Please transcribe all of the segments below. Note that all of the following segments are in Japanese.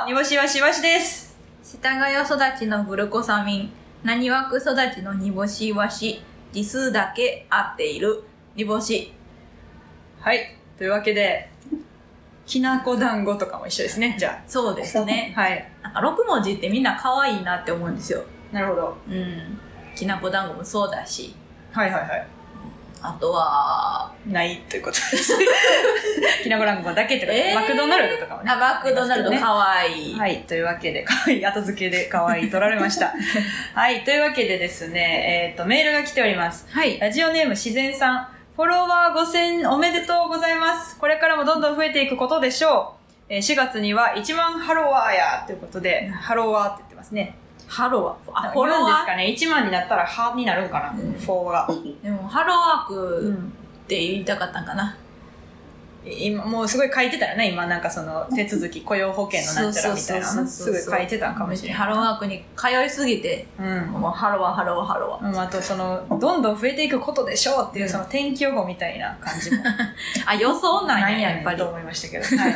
煮干しわしわしです。 世田谷育ちのグルコサミン、何枠育ちの煮干しわし、字数だけ合っている煮干し。 はい。というわけで、きなこ団子とかも一緒ですね、じゃあ。 そうですね。 はい。 なんか6文字ってみんな可愛いなって思うんですよ。 なるほど。 うん。きなこ団子もそうだし。 はいはいはい。 あとは、 ないということです。きなこ団子だけってこと、マクドナルドとかもね。 マクドナルド可愛い。 はい。というわけで、可愛い後付けで可愛い取られました。はい。というわけでですね、メールが来ております。 はい。 ラジオネーム自然さん。フォロワー5000おめでとうございます。これからもどんどん増えていくことでしょう。4月には1万ハロワーやということで、ハロワーって言ってますね。 ハロワー。 あ、フォロワーですかね。1万になったらハになるんかな。フォーが。 でも、ハロワークって言いたかったんかな。 今、もうすごい書いてたよね。今なんかその手続き、雇用保険のなんちゃらみたいな。すぐ書いてたんかもしれない。 ハローワークに通いすぎて、もうハロワーハロワーハロワー。 あとその、どんどん増えていくことでしょうっていうその天気予報みたいな感じも。 あ、予想なんや、やっぱり。 と思いましたけど。はい。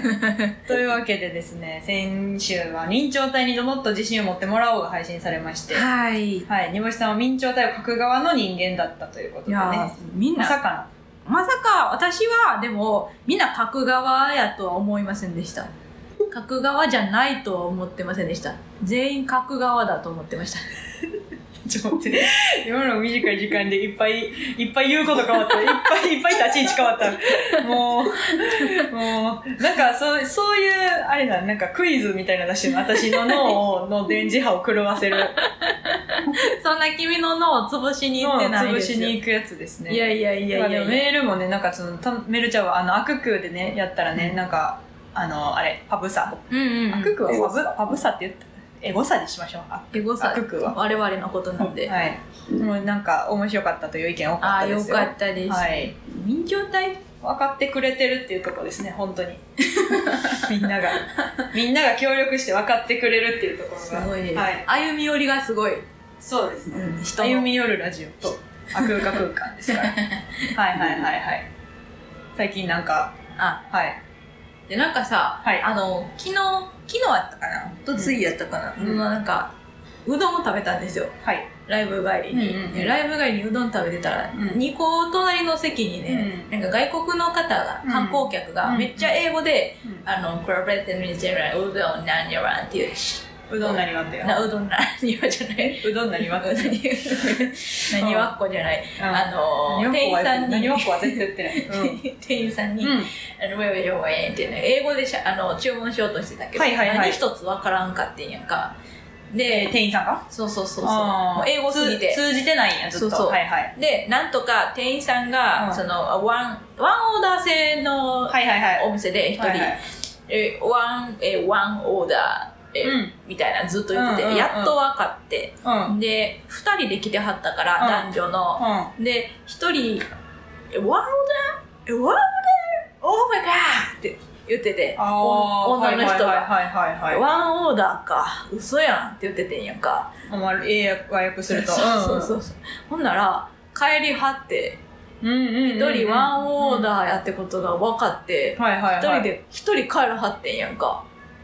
というわけでですね、先週は明朝体にもっと自信を持ってもらおうが配信されまして。 はい。 はい。煮干しさんは明朝体を書く側の人間だったということでね。 みんな。 まさかの。 まさか私はでもみんな書く側やとは思いませんでした。書く側じゃないとは思ってませんでした。全員書く側だと思ってました。 ちょっと待って、今の短い時間でいっぱい言うこと変わった。いっぱい立ち位置変わった。もう、なんかそういう、あれだ、なんかクイズみたいな出してるの。私の脳の電磁波を狂わせる。 そんな君の脳を潰しに行ってないですよ。 潰しに行くやつですね。 いや。 メールもね、なんかその、メールちゃうわ、アククでね、やったらね、なんか、あれ、パブサ。アククはパブサって言った。エゴサにしましょう。 エゴサ。 アククは。 我々のことなんで。 はい。もうなんか面白かったという意見多かったですよ。 よかったです。 はい。 明朝体分かってくれてるっていうところですね、本当に。みんなが協力して分かってくれるっていうところが。 すごいです。 はい。 歩み寄りがすごい。 そうですね。歩み寄るラジオと、空間ですから。はい。最近なんか、はい。 で、なんかさ、 はい、 昨日やったかなと次やったかな、なんか、うどんを食べたんですよ。 はい。 ライブ帰りに。ライブ帰りにうどん食べてたら、2個隣の席にね、なんか外国の方が、観光客がめっちゃ英語で、クラブレッテンにジェラうどん何わっていうし。 うどん何わってよ。 うどん何わじゃない。 うどん何わって何わっこじゃない。店員さんに。 何わっこは絶対言ってない。 店員さんに、ウェウェウェってね、英語で注文しようとしてたけど、何一つわからんかってんやんか。で、 店員さんがそう。もう英語すぎて。 通じてないんや、ずっと。 そう。で、なんとか店員さんが、ワンオーダー制のお店で一人、ワンオーダー、みたいなずっと言ってて、やっと分かって、で、2人で来てはったから、男女の。で、1人、ワンオーダーオーマイガーって言ってて、女の人が、ワンオーダーか、嘘やんって言っててんやんか。 英訳すると。 そう。ほんなら、帰りはって、1人ワンオーダーやってことが分かって、1人帰らはってんやんか。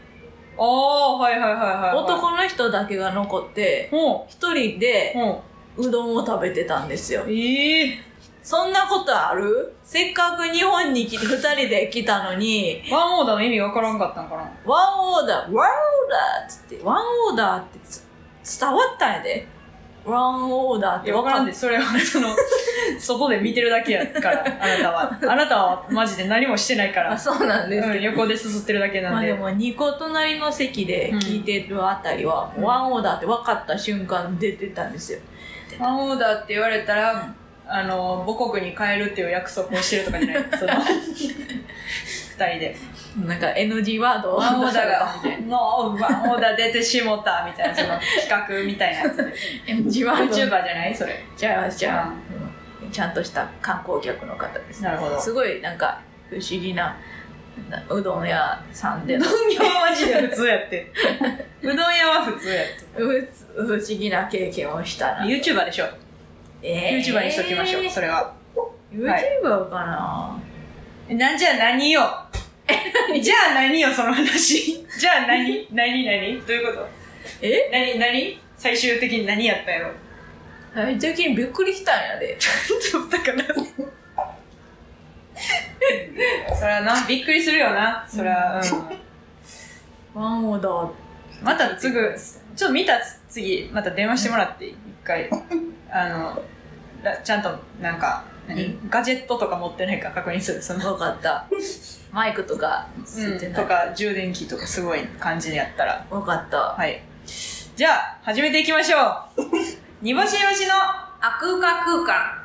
男の人だけが残って、一人でうどんを食べてたんですよ。そんなことある？せっかく日本に来て二人で来たのに。 ワンオーダーの意味わからんかったんかな？ ワンオーダーっつって、ワンオーダーって伝わったんやで。ワンオーダーってわからんで、それは外で見てるだけやから、あなたはマジで何もしてないから。 そうなんです。 横ですすってるだけなんで。 でも2個隣の席で聞いてるあたりは、ワンオーダーって分かった瞬間出てたんですよ。 ワンオーダーって言われたら、母国に帰るっていう約束をしてるとかじゃない二人で。 なんか NG ワードをワンオーダーが、ワンオーダー出てしもたみたいな、その企画みたいなやつで。 NG ワード YouTuber じゃないそれ。 じゃあ、ちゃんとした観光客の方です。 なるほど。 すごいなんか不思議なうどん屋さんで。 うどん屋はマジで普通やって。うどん屋は普通やって。 不思議な経験をしたな。 YouTuber でしょ。YouTuber にしときましょう、それは。 YouTuber かな、 じゃあ何よじゃあ何よ、その話。じゃあ何何どういうこと？何最終的に何やったんやろ？ 最終的にびっくりしたんやで。 ちょっとだからそらな、びっくりするよな。そら、 ワンオーダー。 またちょっと見た次、また電話してもらって、一回。ちゃんと、なんか、ガジェットとか持ってないか確認する。 分かった。マイクとか、 とか、充電器とかすごい感じでやったら。 分かった。 はい。じゃあ、始めていきましょう。煮干しよしのあくうか空間。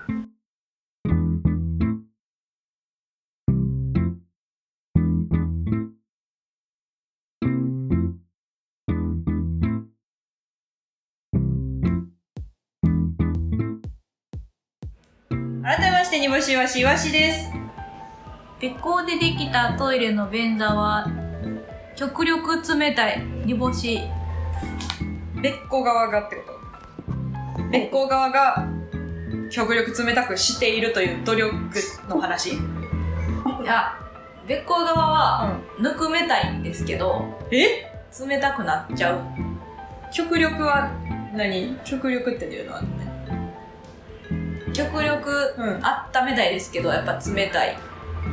改めまして、煮干しわしいわしです。 べっ甲でできたトイレの便座は極力冷たい煮干し。 べっ甲側がってこと？べっ甲側が極力冷たくしているという努力の話？いや、べっ甲側はぬくめたいんですけど、冷たくなっちゃう。 極力は何？極力っていうのはね。 極力温めたいですけど、やっぱ冷たい。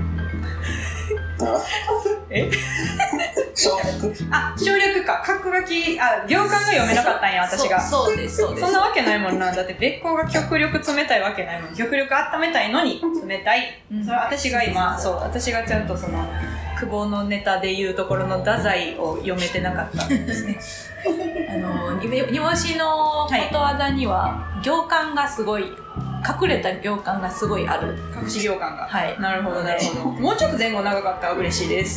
省略か。角書き、行間が読めなかったんや、私が。 そうです。 そんなわけないもんな。だって、べっ甲が極力冷たいわけないもん。極力温めたいのに冷たい。それは私が今、私がちゃんと久保のネタで言うところの太宰を読めてなかったんですね。 煮干しのことわざには、行間がすごい、隠れた行間がすごいある。 隠し行間が。 はい。 なるほど。もうちょっと前後長かったら嬉しいです。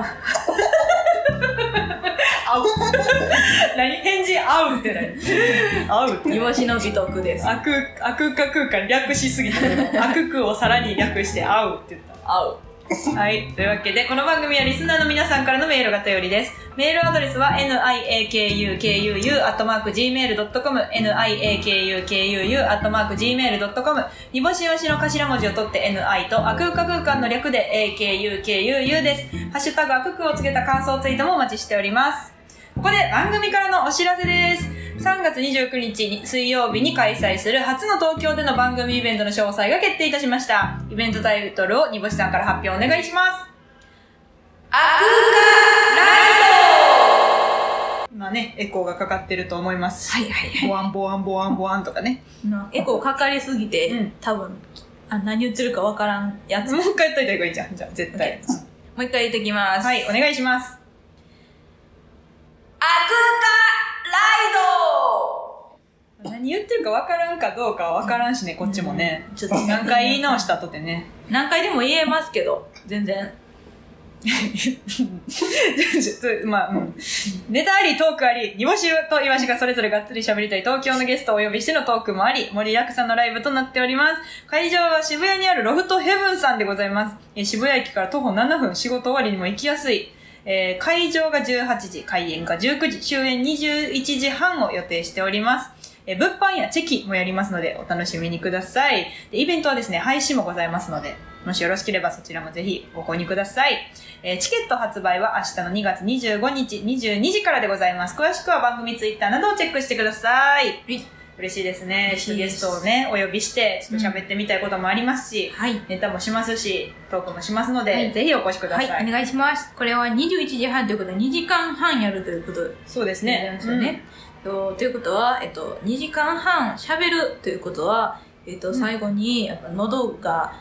何？返事合うって何？合うって。 煮干しの美徳です。 あくか空間略しすぎたけど、あくくをさらに略して合うって言った。 合う。 はい。というわけで、この番組はリスナーの皆さんからのメールが頼りです。メールアドレスは niakukuu@gmail.com niakukuu@gmail.com 煮干しよしの頭文字を取って ni とあくうか空間の略で akukuu です。ハッシュタグあくくをつけた感想ツイートもお待ちしております。ここで番組からのお知らせです。3月29日に水曜日に開催する初の東京での番組イベントの詳細が決定いたしました。イベントタイトルを煮干しさんから発表お願いします。 あくかライド。今ね、エコーがかかってると思います。 はい。 ボワンボワンボワンボワンとかね。 エコーかかりすぎて、多分何言ってるかわからんやつ。 もう一回やっといた方がいいじゃん。じゃあ絶対。 もう一回言ってきます。 はい、お願いします。 あくかライド。 何言ってるか分からんかどうかは分からんしね、こっちもね。ちょっと何回言い直したとてね。 何回でも言えますけど、全然。 ネタあり、トークあり、煮干しとイワシがそれぞれがっつり喋りたい東京のゲストをお呼びしてのトークもあり、盛りだくさんのライブとなっております。会場は渋谷にあるロフトヘブンさんでございます。渋谷駅から徒歩7分、仕事終わりにも行きやすい。会場が18時、開演が19時、終演21時半を予定しております。物販やチェキもやりますのでお楽しみにください。でイベントはですね、配信もございますので、もしよろしければそちらもぜひご購入ください。チケット発売は明日の2月25日22時からでございます。詳しくは番組ツイッターなどをチェックしてください。嬉しいですね。ゲストをね、お呼びして、ちょっと喋ってみたいこともありますし、ネタもしますし、トークもしますので、ぜひお越しください。 はい、お願いします。これは21時半ということで、2時間半やるということで。 そうですね。 ということは、2時間半喋るということは、最後に、やっぱ喉が、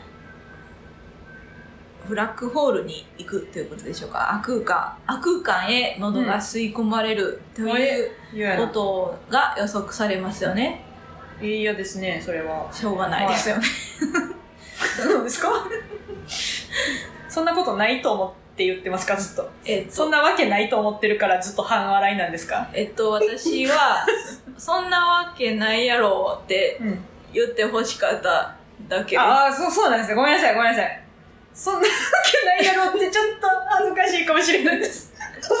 ブラックホールに行くということでしょうか。悪空間へ喉が吸い込まれるということが予測されますよね。 嫌ですね、それは。 しょうがないですよね。 そうですか？そんなことないと思って言ってますか、ずっと。そんなわけないと思ってるからずっと半笑いなんですか？ 私は、そんなわけないやろって言ってほしかっただけです。 そうなんですね。ごめんなさい。そんなわけないやろってちょっと恥ずかしいかもしれないです。ちょっと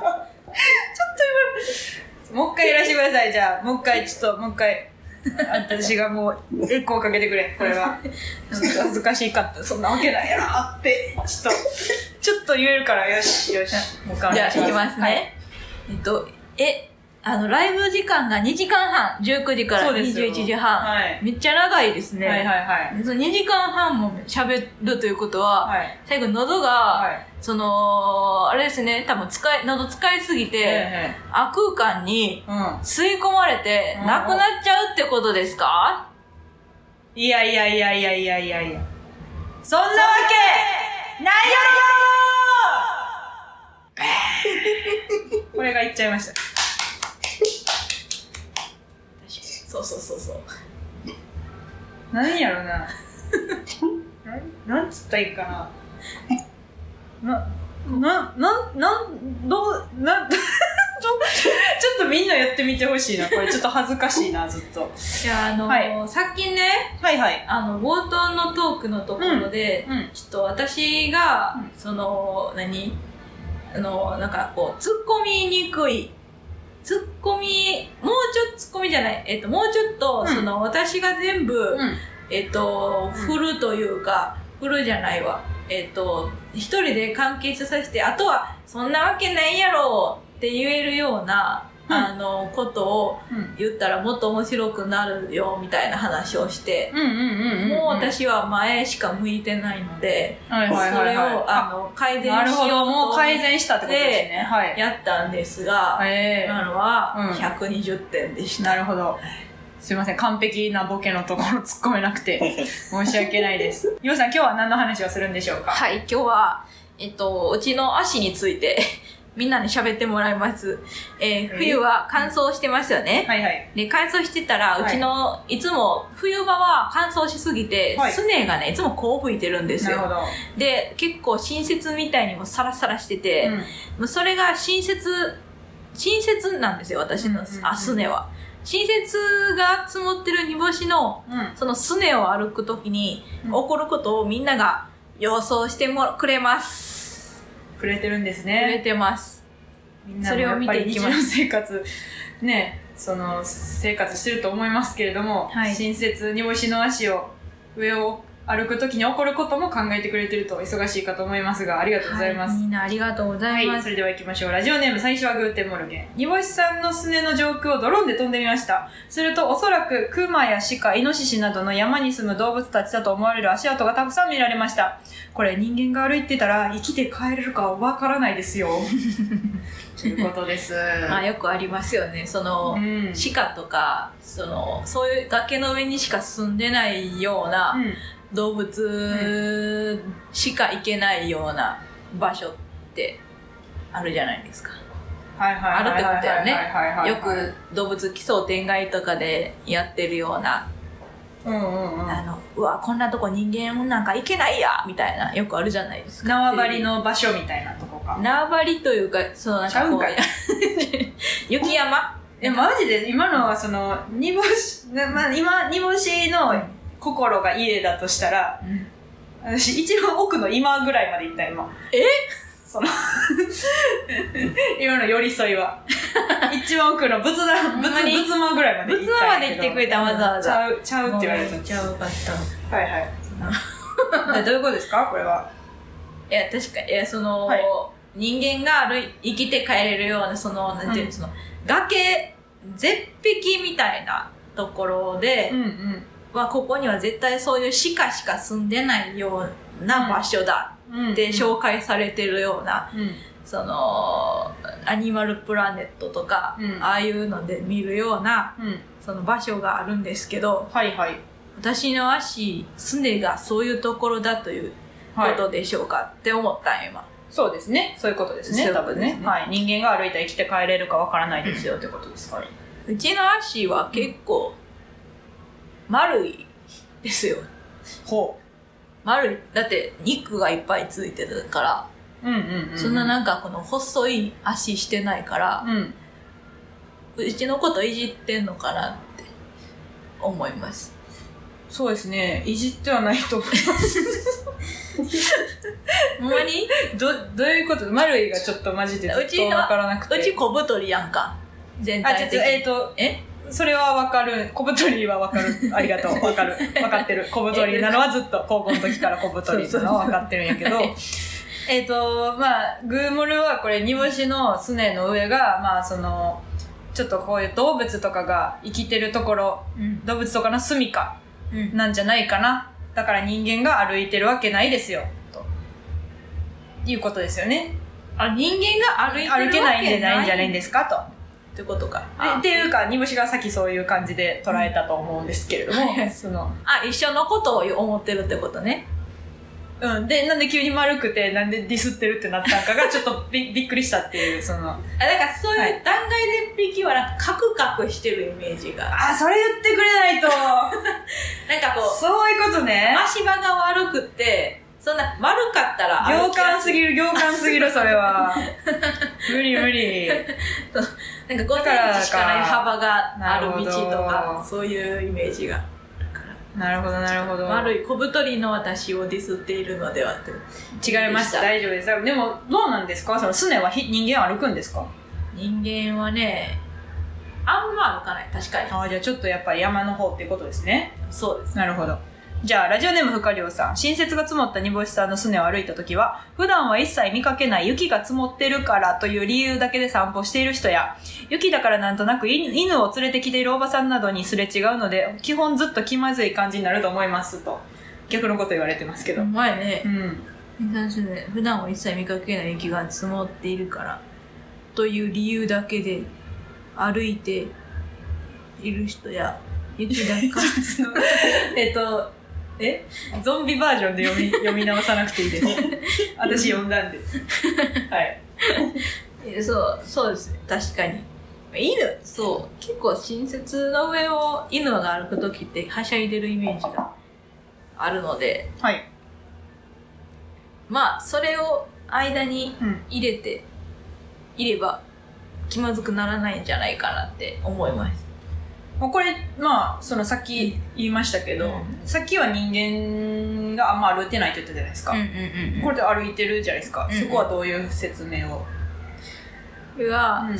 今、もう一回やらせてください。じゃあ、もう一回、私がもう、エコーかけてくれ、これは。恥ずかしいかった。そんなわけないやろって、ちょっと言えるから、よし。もう一回お願いします。 じゃあ、いきますね。 ライブ時間が2時間半、19時から21時半。はい、めっちゃ長いですね。はいはいはい。その2時間半も喋るということは、はい、最後喉が、はい、あれですね、多分喉使いすぎて、空間に吸い込まれて、なくなっちゃうってことですか？ いや。そんなわけないやろこれが言っちゃいました。そう。何やろな。なんつったらいいかな。ちょっとみんなやってみてほしいな。これちょっと恥ずかしいな、ずっと。 いや、はい、さっきね、 はいはい。 冒頭のトークのところで、ちょっと私が、なんかこう、突っ込みにくい。もうちょっと、私が全部、振るというか、振るじゃないわ。一人で完結させて、あとは、そんなわけないやろって言えるような、ことを言ったらもっと面白くなるよ、みたいな話をして、もう私は前しか向いてないので、それを、改善しようと。なるほど、 もう改善したってことですね。はい。 やったんですが、今のは120点でした。 なるほど。すいません、完璧なボケのところ突っ込めなくて、申し訳ないです。ゆうさん、今日は何の話をするんでしょうか？ はい、今日は、うちの足について、みんなに喋ってもらいます。冬は乾燥してますよね。はいはい。で、乾燥してたら、うちの、いつも冬場は乾燥しすぎて、すねがね、いつもこう吹いてるんですよ。なるほど。で、結構新雪みたいにもサラサラしてて、もうそれが新雪なんですよ、私のすねは。新雪が積もってる煮干しの、そのすねを歩くときに起こることをみんなが予想してくれます。 くれてるんですね。 くれてます。みんなもやっぱり日常生活、ね、生活してると思いますけれども、はい、新雪、煮干しの足を、上を歩くときに起こることも考えてくれてると忙しいかと思いますが、ありがとうございます。 はい、みんなありがとうございます。 はい、それでは行きましょう。ラジオネーム、最初はグーテンモルゲン。煮干しさんのすねの上空をドローンで飛んでみました。すると、おそらくクマやシカ、イノシシなどの山に住む動物たちだと思われる足跡がたくさん見られました。これ人間が歩いてたら生きて帰れるかわからないですよ。ということです。 まあよくありますよね。鹿とか、そういう崖の上にしか住んでないような動物しか行けないような場所ってあるじゃないですか。あるってことだよね。よく動物奇想天外とかでやってるような、うわ、こんなとこ人間なんか行けないやみたいな、よくあるじゃないですか。 縄張りの場所みたいなとこか。 縄張りというか、なんかこう、雪山？ マジで今のは煮干し、今、煮干しの心が家だとしたら、私一番奥の今ぐらいまで行った、今。今の寄り添いは。一番奥の仏間ぐらいまで行った。 仏間まで来てくれた、わざわざ。 ちゃうって言われた。 ちゃうかった。 はいはい。どういうことですかこれは。 いや、確かに、人間が生きて帰れるような、なんていうの、崖、絶壁みたいなところで、ここには絶対そういう鹿しか住んでないような場所だって紹介されてるような、アニマルプラネットとか、ああいうので見るような、場所があるんですけど、私の足、すねがそういうところだということでしょうかって思ったん今。 そうですね。そういうことですね。多分ね。はい。人間が歩いたら生きて帰れるかわからないですよってことですから。 うちの足は結構、丸いですよ。 ほう。 丸い。だって肉がいっぱいついてるから、そんななんかこの細い足してないから、うちのこといじってんのかなって思います。 そうですね。いじってはないと思います。 ほんまにどういうこと？丸いがちょっとマジでずっとわからなくて。 うち小太りやんか。全体的に。 それはわかる。小太りはわかる。ありがとう。わかる。わかってる。小太りなのはずっと高校の時から小太りなのはわかってるんやけど、 グーモルはこれ煮干しのすねの上が、ちょっとこういう動物とかが生きてるところ、動物とかの住処なんじゃないかな。だから人間が歩いてるわけないですよ。ということですよね。 人間が歩けないんじゃないんじゃないんですかと。 ってことか。 っていうか、煮干しがさっきそういう感じで捉えたと思うんですけれども。 一緒のことを思ってるってことね。 で、なんで急に丸くて、なんでディスってるってなったんかが、ちょっとびっくりしたっていう、 だからそういう断崖絶壁はなんかカクカクしてるイメージが。 それ言ってくれないと。 なんかそういうことね。 足場が悪くて、そんな丸かったら行間すぎる、それは。無理。 なんか5センチしかない幅がある道とか、そういうイメージが。 なるほど。 悪い小太りの私をディスっているのではって。 違いました。大丈夫です。でも、どうなんですか？そのすねは人間歩くんですか？ 人間はね、あんま歩かない。確かに。 じゃあちょっとやっぱり山の方っていうことですね。 そうです。 なるほど。じゃあ、ラジオネームふかりょうさん。新雪が積もった煮干しさんのすねを歩いたときは、普段は一切見かけない雪が積もってるからという理由だけで散歩している人や、雪だからなんとなく犬を連れてきているおばさんなどにすれ違うので、基本ずっと気まずい感じになると思いますと。逆のこと言われてますけど。 前ね。普段は一切見かけない雪が積もっているから、という理由だけで歩いている人や、雪だからゾンビバージョンで読み直さなくていいです。私読んだんで。はい。 そうですね。確かに。結構新雪の上を犬が歩くときってはしゃいでるイメージがあるので、 はい。 それを間に入れていれば気まずくならないんじゃないかなって思います。 これ、さっき言いましたけど、さっきは人間があんま歩いてないって言ったじゃないですか。これで歩いてるじゃないですか。そこはどういう説明を？ これは、歩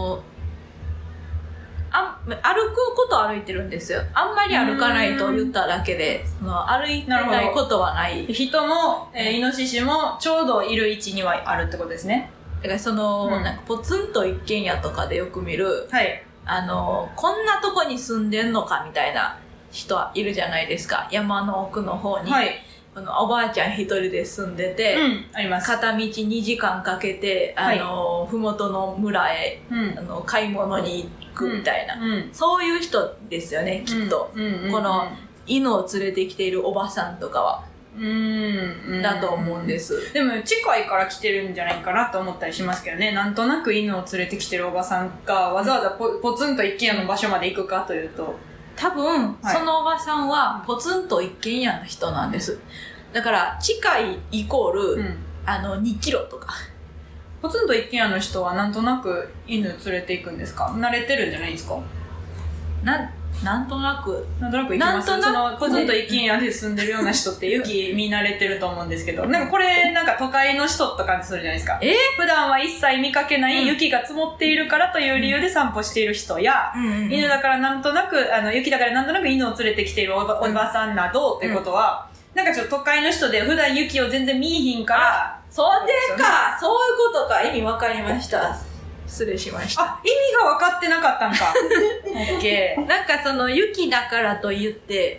くことは歩いてるんですよ。あんまり歩かないと言っただけで、歩いてないことはない。 人も、イノシシもちょうどいる位置にはあるってことですね。 だからなんかポツンと一軒家とかでよく見る、 はい。 こんなとこに住んでんのかみたいな人いるじゃないですか。山の奥の方に。はい。おばあちゃん一人で住んでて、 あります。 片道2時間かけて、ふもとの村へ、買い物に行くみたいな、そういう人ですよね、きっと。この、犬を連れてきているおばさんとかは。だと思うんです。 でも近いから来てるんじゃないかなと思ったりしますけどね。なんとなく犬を連れてきてるおばさんがわざわざポツンと一軒家の場所まで行くかというと、 多分、そのおばさんはポツンと一軒家の人なんです。だから近いイコール、2キロとか。 ポツンと一軒家の人はなんとなく犬連れて行くんですか？慣れてるんじゃないですか？ なんとなく行きます。ポツンと一軒家で住んでるような人って雪見慣れてると思うんですけど、なんかこれ都会の人とかするじゃないですか。普段は一切見かけない雪が積もっているからという理由で散歩している人や、犬だからなんとなく、雪だからなんとなく犬を連れてきているおばさんなどっていうことは、なんかちょっと都会の人で普段雪を全然見えひんから、 そういうことか。意味わかりました。失礼しました。 意味が分かってなかったんか。オッケー。 なんか雪だからと言って、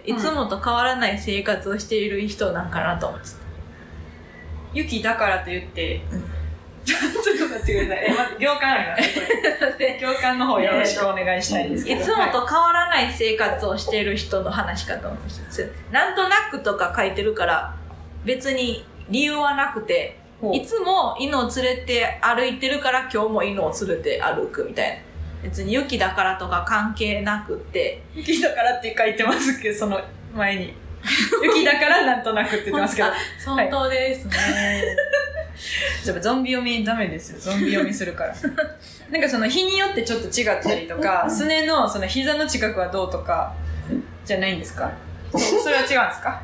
いつもと変わらない生活をしている人なんかなと思ってた。 雪だからと言って、ちょっと待ってください。行間ありますね。行間の方よろしくお願いしたいんですけど。 いつもと変わらない生活をしている人の話かと思います。なんとなくとか書いてるから、別に理由はなくて、いつも犬を連れて歩いてるから今日も犬を連れて歩くみたいな。別に雪だからとか関係なくって。 雪だからって書いてますけど、その前に。雪だからなんとなくって言ってますけど。 本当ですね。 やっぱゾンビ読みダメですよ。ゾンビ読みするから。なんか日によってちょっと違ったりとか、すねの膝の近くはどうとかじゃないんですか？それは違うんですか？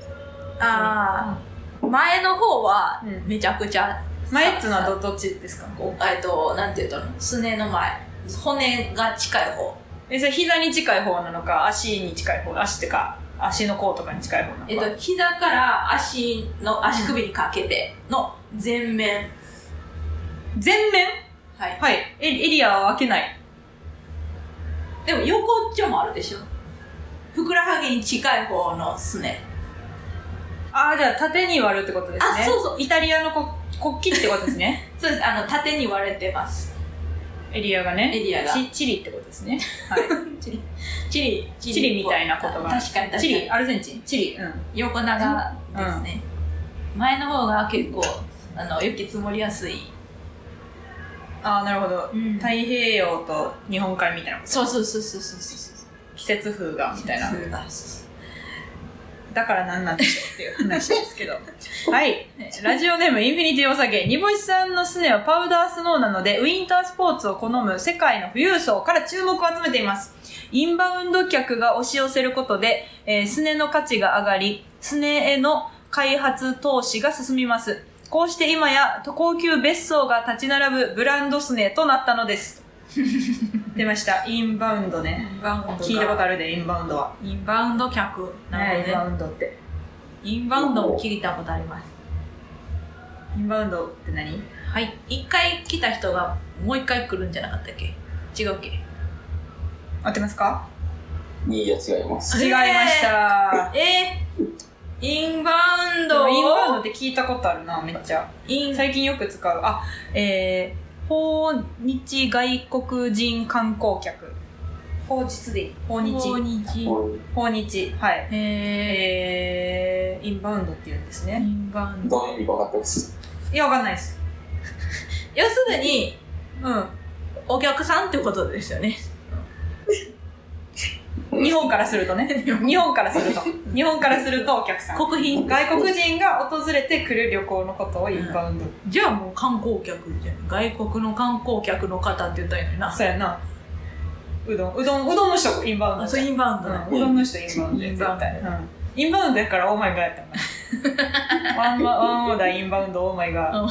前の方はめちゃくちゃ、 前っていうのはどっちですか？ なんて言うとすねの前、骨が近い方。 それ膝に近い方なのか、足に近い方、足ってか足の甲とかに近い方なのか。 膝から足首にかけての全面。 全面？ はい。 はい。エリアは分けない。 でも横っちょもあるでしょ。ふくらはぎに近い方のすね。 ああ、じゃあ縦に割るってことですね。 あ、そうそう。 イタリアの国旗ってことですね。 そうです。縦に割れてます。 エリアがね。 エリアが。 チリってことですね。はい。チリみたいなことが。 確かに。 チリ、アルゼンチン、チリ。 うん。横長ですね。前の方が結構、雪積もりやすい。 ああ、なるほど。太平洋と日本海みたいなこと。 そう。 季節風が、みたいな。だから何なんでしょうっていう話ですけど。はい。ラジオネームインフィニティお酒。煮干しさんのスネはパウダースノーなので、ウィンタースポーツを好む世界の富裕層から注目を集めています。インバウンド客が押し寄せることで、スネの価値が上がり、スネへの開発投資が進みます。こうして今や高級別荘が立ち並ぶブランドスネとなったのです。出ました。インバウンドね。聞いたことあるで、インバウンドは。 インバウンド客。 なるほどね。インバウンドって。 インバウンドも聞いたことあります。 インバウンドって何？ はい。一回来た人がもう一回来るんじゃなかったっけ？違うっけ？ 合ってますか？ いいや、違います。 違いました。 インバウンドって聞いたことあるな、めっちゃ。最近よく使う。訪日外国人観光客。訪日でいい。訪日。はい。インバウンドって言うんですね。 インバウンド。 どういう意味か分かってます？ いや、分かんないです。 要するに、お客さんってことですよね。 日本からするとね。日本からするとお客さん。 外国人が訪れてくる旅行のことをインバウンド。 じゃあもう観光客じゃん。外国の観光客の方って言ったらいいのにな。 そうやな。うどんの人インバウンド。 そう、インバウンドね。 うどんの人インバウンド。絶対。インバウンドやからオーマイガーやったな。ワンオーダーインバウンドオーマイガー。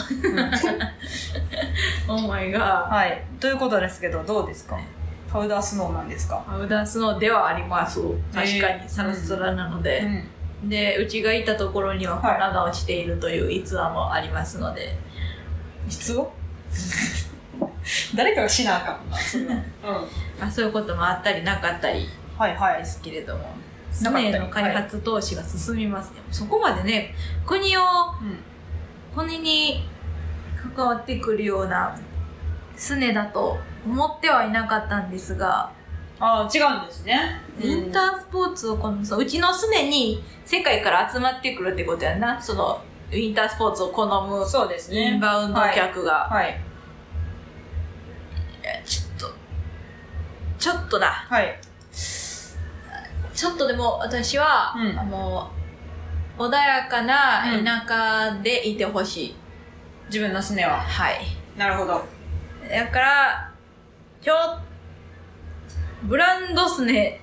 オーマイガー。 はい。ということですけど、どうですか？パウダースノーなんですか？ パウダースノーではあります。確かにサラサラなので、でうちがいたところには粉が落ちているという逸話もありますので。 逸話？誰かがしなあかんな。 そういうこともあったりなかったりですけれども、スネの開発投資が進みますね。そこまでね、国に関わってくるようなスネだと思ってはいなかったんですが、 違うんですね。 インタースポーツをうちのスネに世界から集まってくるってことやな。そのウィンタースポーツを好むそうですね。 インバウンド客が、ちょっとだ。ちょっとでも私は、穏やかな田舎でいてほしい。 自分のスネは。 はい。 なるほど。 だから、ブランドスネ、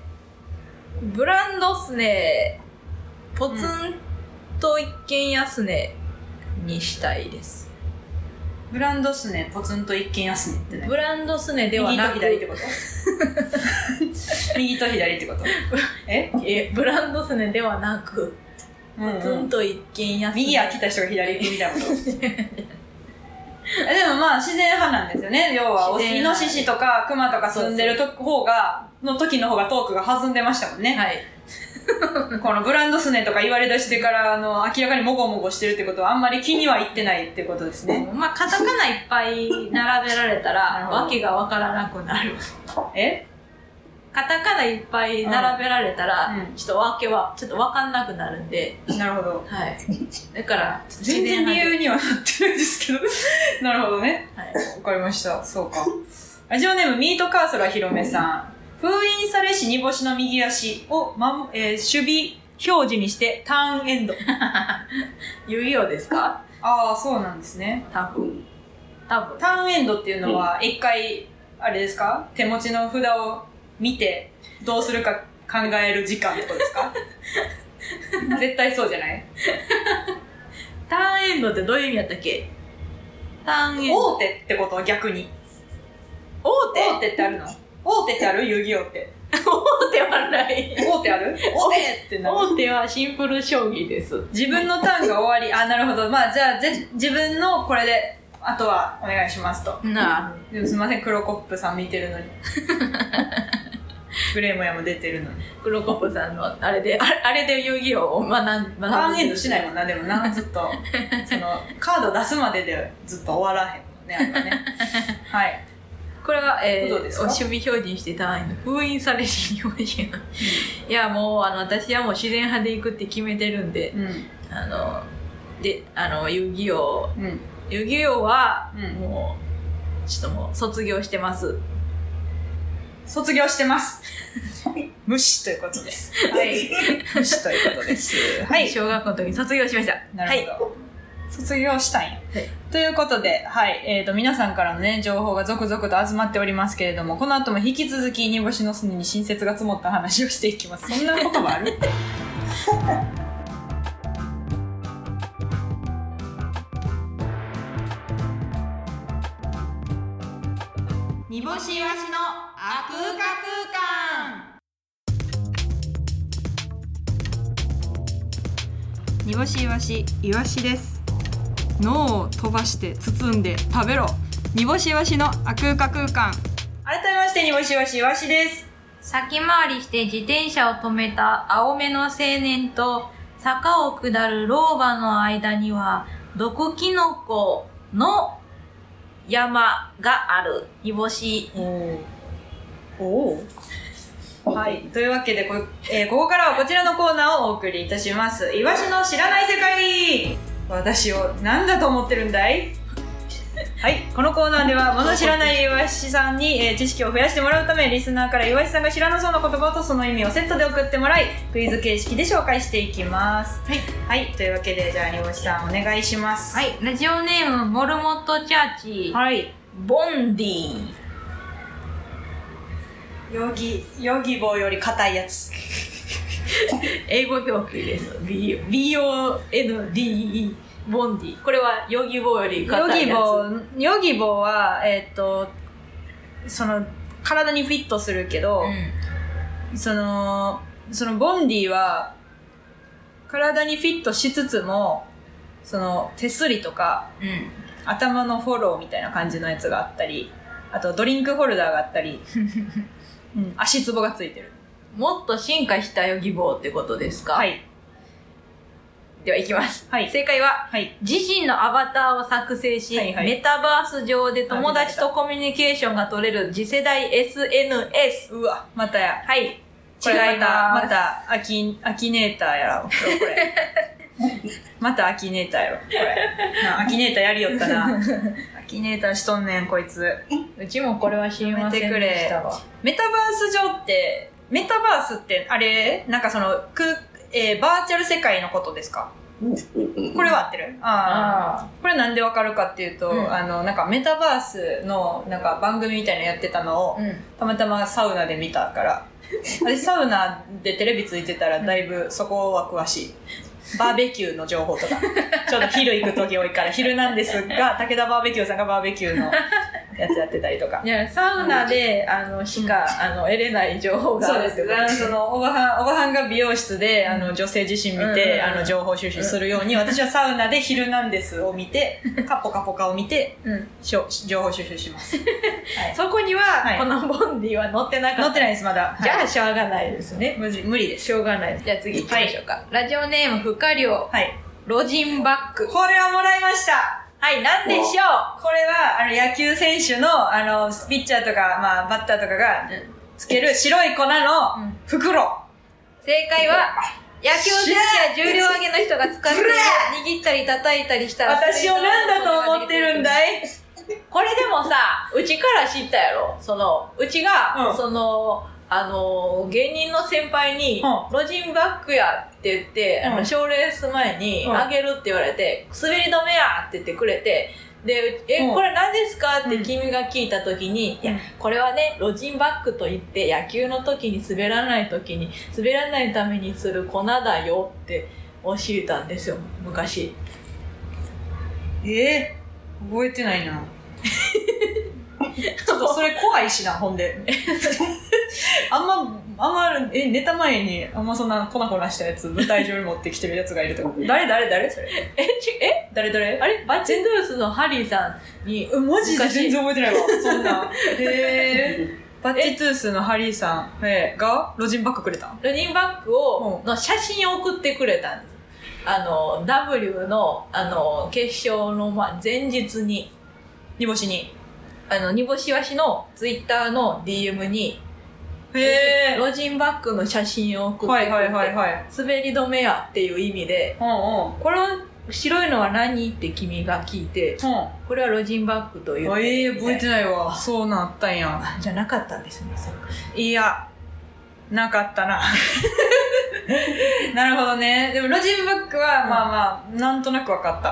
ポツンと一軒家スネにしたいです。 ブランドスネ、ポツンと一軒家スネってね。 ブランドスネではなく、 右と左ってこと右と左ってことブランドスネではなく、ポツンと一軒家スネ。 右は来た人が左行くみたいなことでもまあ自然派なんですよね。要はイノシシとかクマとか住んでる時の方がトークが弾んでましたもんね。 はい。 このブランドスネとか言われ出してから明らかにモゴモゴしてるってことはあんまり気にはいってないってことですね。 カタカナいっぱい並べられたらわけがわからなくなる。カタカナいっぱい並べられたら、ちょっとわけはちょっとわかんなくなるんで。 なるほど。 はい。だから全然理由にはなってないですけど。なるほどね。はい。わかりました。そうか。ラジオネームミートカーソラひろめさん。封印されし煮干しの右足を、守備表示にしてターンエンド。 遊戯王ですか？ そうなんですね。 多分。 ターンエンドっていうのは、一回、あれですか？手持ちの札を見て、どうするか考える時間ってことですか？絶対そうじゃない？ ターンエンドってどういう意味だったっけ？ターンエンド。 大手ってことは逆に。 大手ってあるの？大手ってある？遊戯王って。 大手はない。 大手ある？大手ってなる。 大手はシンプル将棋です。 自分のターンが終わり。あ、なるほど。まあ、じゃあ、自分のこれで、あとはお願いしますと。でもすいません、黒コップさん見てるのに。グレーモヤも出てるのに。 黒コップさんのあれで遊戯王を学んターンエンドしないもんな、でもな、ずっと。カード出すまででずっと終わらへんもんね、あれはね。はい。 これは、 どうですか？ 守備表示してた封印されしに欲しいな。いや、もう、私はもう自然派で行くって決めてるんで、遊戯王、遊戯王は、もう、ちょっともう、卒業してます。 卒業してます。無視ということです。はい。無視ということです。 はい。小学校の時に卒業しました。 なるほど。はい、卒業したんや。はい。ということで、はい。皆さんからのね、情報が続々と集まっておりますけれども、この後も引き続き煮干しの巣に新雪が積もった話をしていきます。そんなこともある？煮干しいわしのあくうか空間。煮干しいわし、いわしです。脳を飛ばして包んで食べろ。煮干しいわしのあくうか空間。改めまして煮干しいわし、いわしです。 先回りして自転車を止めた青めの青年と坂を下る老婆の間には毒キノコの山がある。煮干し。 はい。というわけでここからはこちらのコーナーをお送りいたします。イワシの知らない世界。私を何だと思ってるんだい？はい。このコーナーでは物知らないイワシさんに、知識を増やしてもらうため、リスナーからイワシさんが知らなそうな言葉とその意味をセットで送ってもらい、クイズ形式で紹介していきます。はい。はい。というわけで、じゃあ煮干しさんお願いします。 はい。ラジオネームモルモットチャーチ。 はい。 ボンディ。 ヨギボーより硬いやつ。 英語表記です。B-O-N-D-E。ボンディ。これはヨギボーより硬いやつ。 ヨギボーは、体にフィットするけど、そのボンディは、体にフィットしつつも、手すりとか、頭のフォローみたいな感じのやつがあったり、あとドリンクホルダーがあったり、足つぼがついてる。 もっと進化したヨギボーってことですか？ はい。 では行きます。 はい。 正解は、 はい、 自身のアバターを作成し、はいはい、メタバース上で友達とコミュニケーションが取れる次世代 SNS。 うわ、またや。 はい。違います。 またアキネーターやろ、これ。またアキネーターやろ、これ。アキネーターやりよったな。アキネーターしとんねん、こいつ。 うちもこれは知りませんでしたわ。 メタバース上って、あれなんかバーチャル世界のことですか？これは合ってる？これなんでわかるかっていうと、なんかメタバースのなんか番組みたいなのやってたのを、たまたまサウナで見たから、私サウナでテレビついてたらだいぶそこは詳しい。バーベキューの情報とか、ちょうど昼行く時多いから、昼なんですが、武田バーベキューさんがバーベキューのやつやってたりとか。 いや、サウナで、しか、得れない情報がある。 そうです。おばはんが美容室で、女性自身見て、情報収集するように、私はサウナで昼なんですを見て、カッポカポカを見て、情報収集します。はい、 そこには、このボンディは載ってなかった。 載ってないです、まだ。 じゃあ、しょうがないですね。 無理です。 しょうがないです。じゃあ次行きましょうか。ラジオネーム、不可量。 はい。 ロジンバッグ。 これはもらいました。 はい、なんでしょう？ これは、野球選手の、ピッチャーとか、バッターとかが、つける白い粉の袋。 正解は、野球選手や重量挙げの人が使って握ったり叩いたりしたら、 私を何だと思ってるんだい？ これでもさ、うちから知ったやろ？うちが、芸人の先輩に、ロジンバッグやって言って、賞レース前にあげるって言われて、滑り止めやって言ってくれて、で、これ何ですかって君が聞いた時に、いや、これはね、ロジンバッグと言って野球の時に滑らない時に、滑らないためにする粉だよって教えたんですよ、昔。 覚えてないな。ちょっとそれ怖いしな、ほんで。あんネタ前にそんな粉々したやつ舞台上に持ってきてるやつがいるとか。誰それ。誰あれバッチンドゥースのハリーさんに。 マジで全然覚えてないわ。そんな。バッチトゥースのハリーさんがロジンバッグくれたん？ ロジンバッグの写真を送ってくれたんです。W の、決勝の前日に、 煮干しに。 煮干しわしのツイッターの DM に、ロジンバッグの写真を送ってくれて、滑り止めやっていう意味で、これ白いのは何って君が聞いて、これはロジンバッグという。 覚えてないわ。そうなったんや。 じゃなかったんですね。 いや、なかったな。なるほどね。でもロジンバッグは、まあ、なんとなく分かった。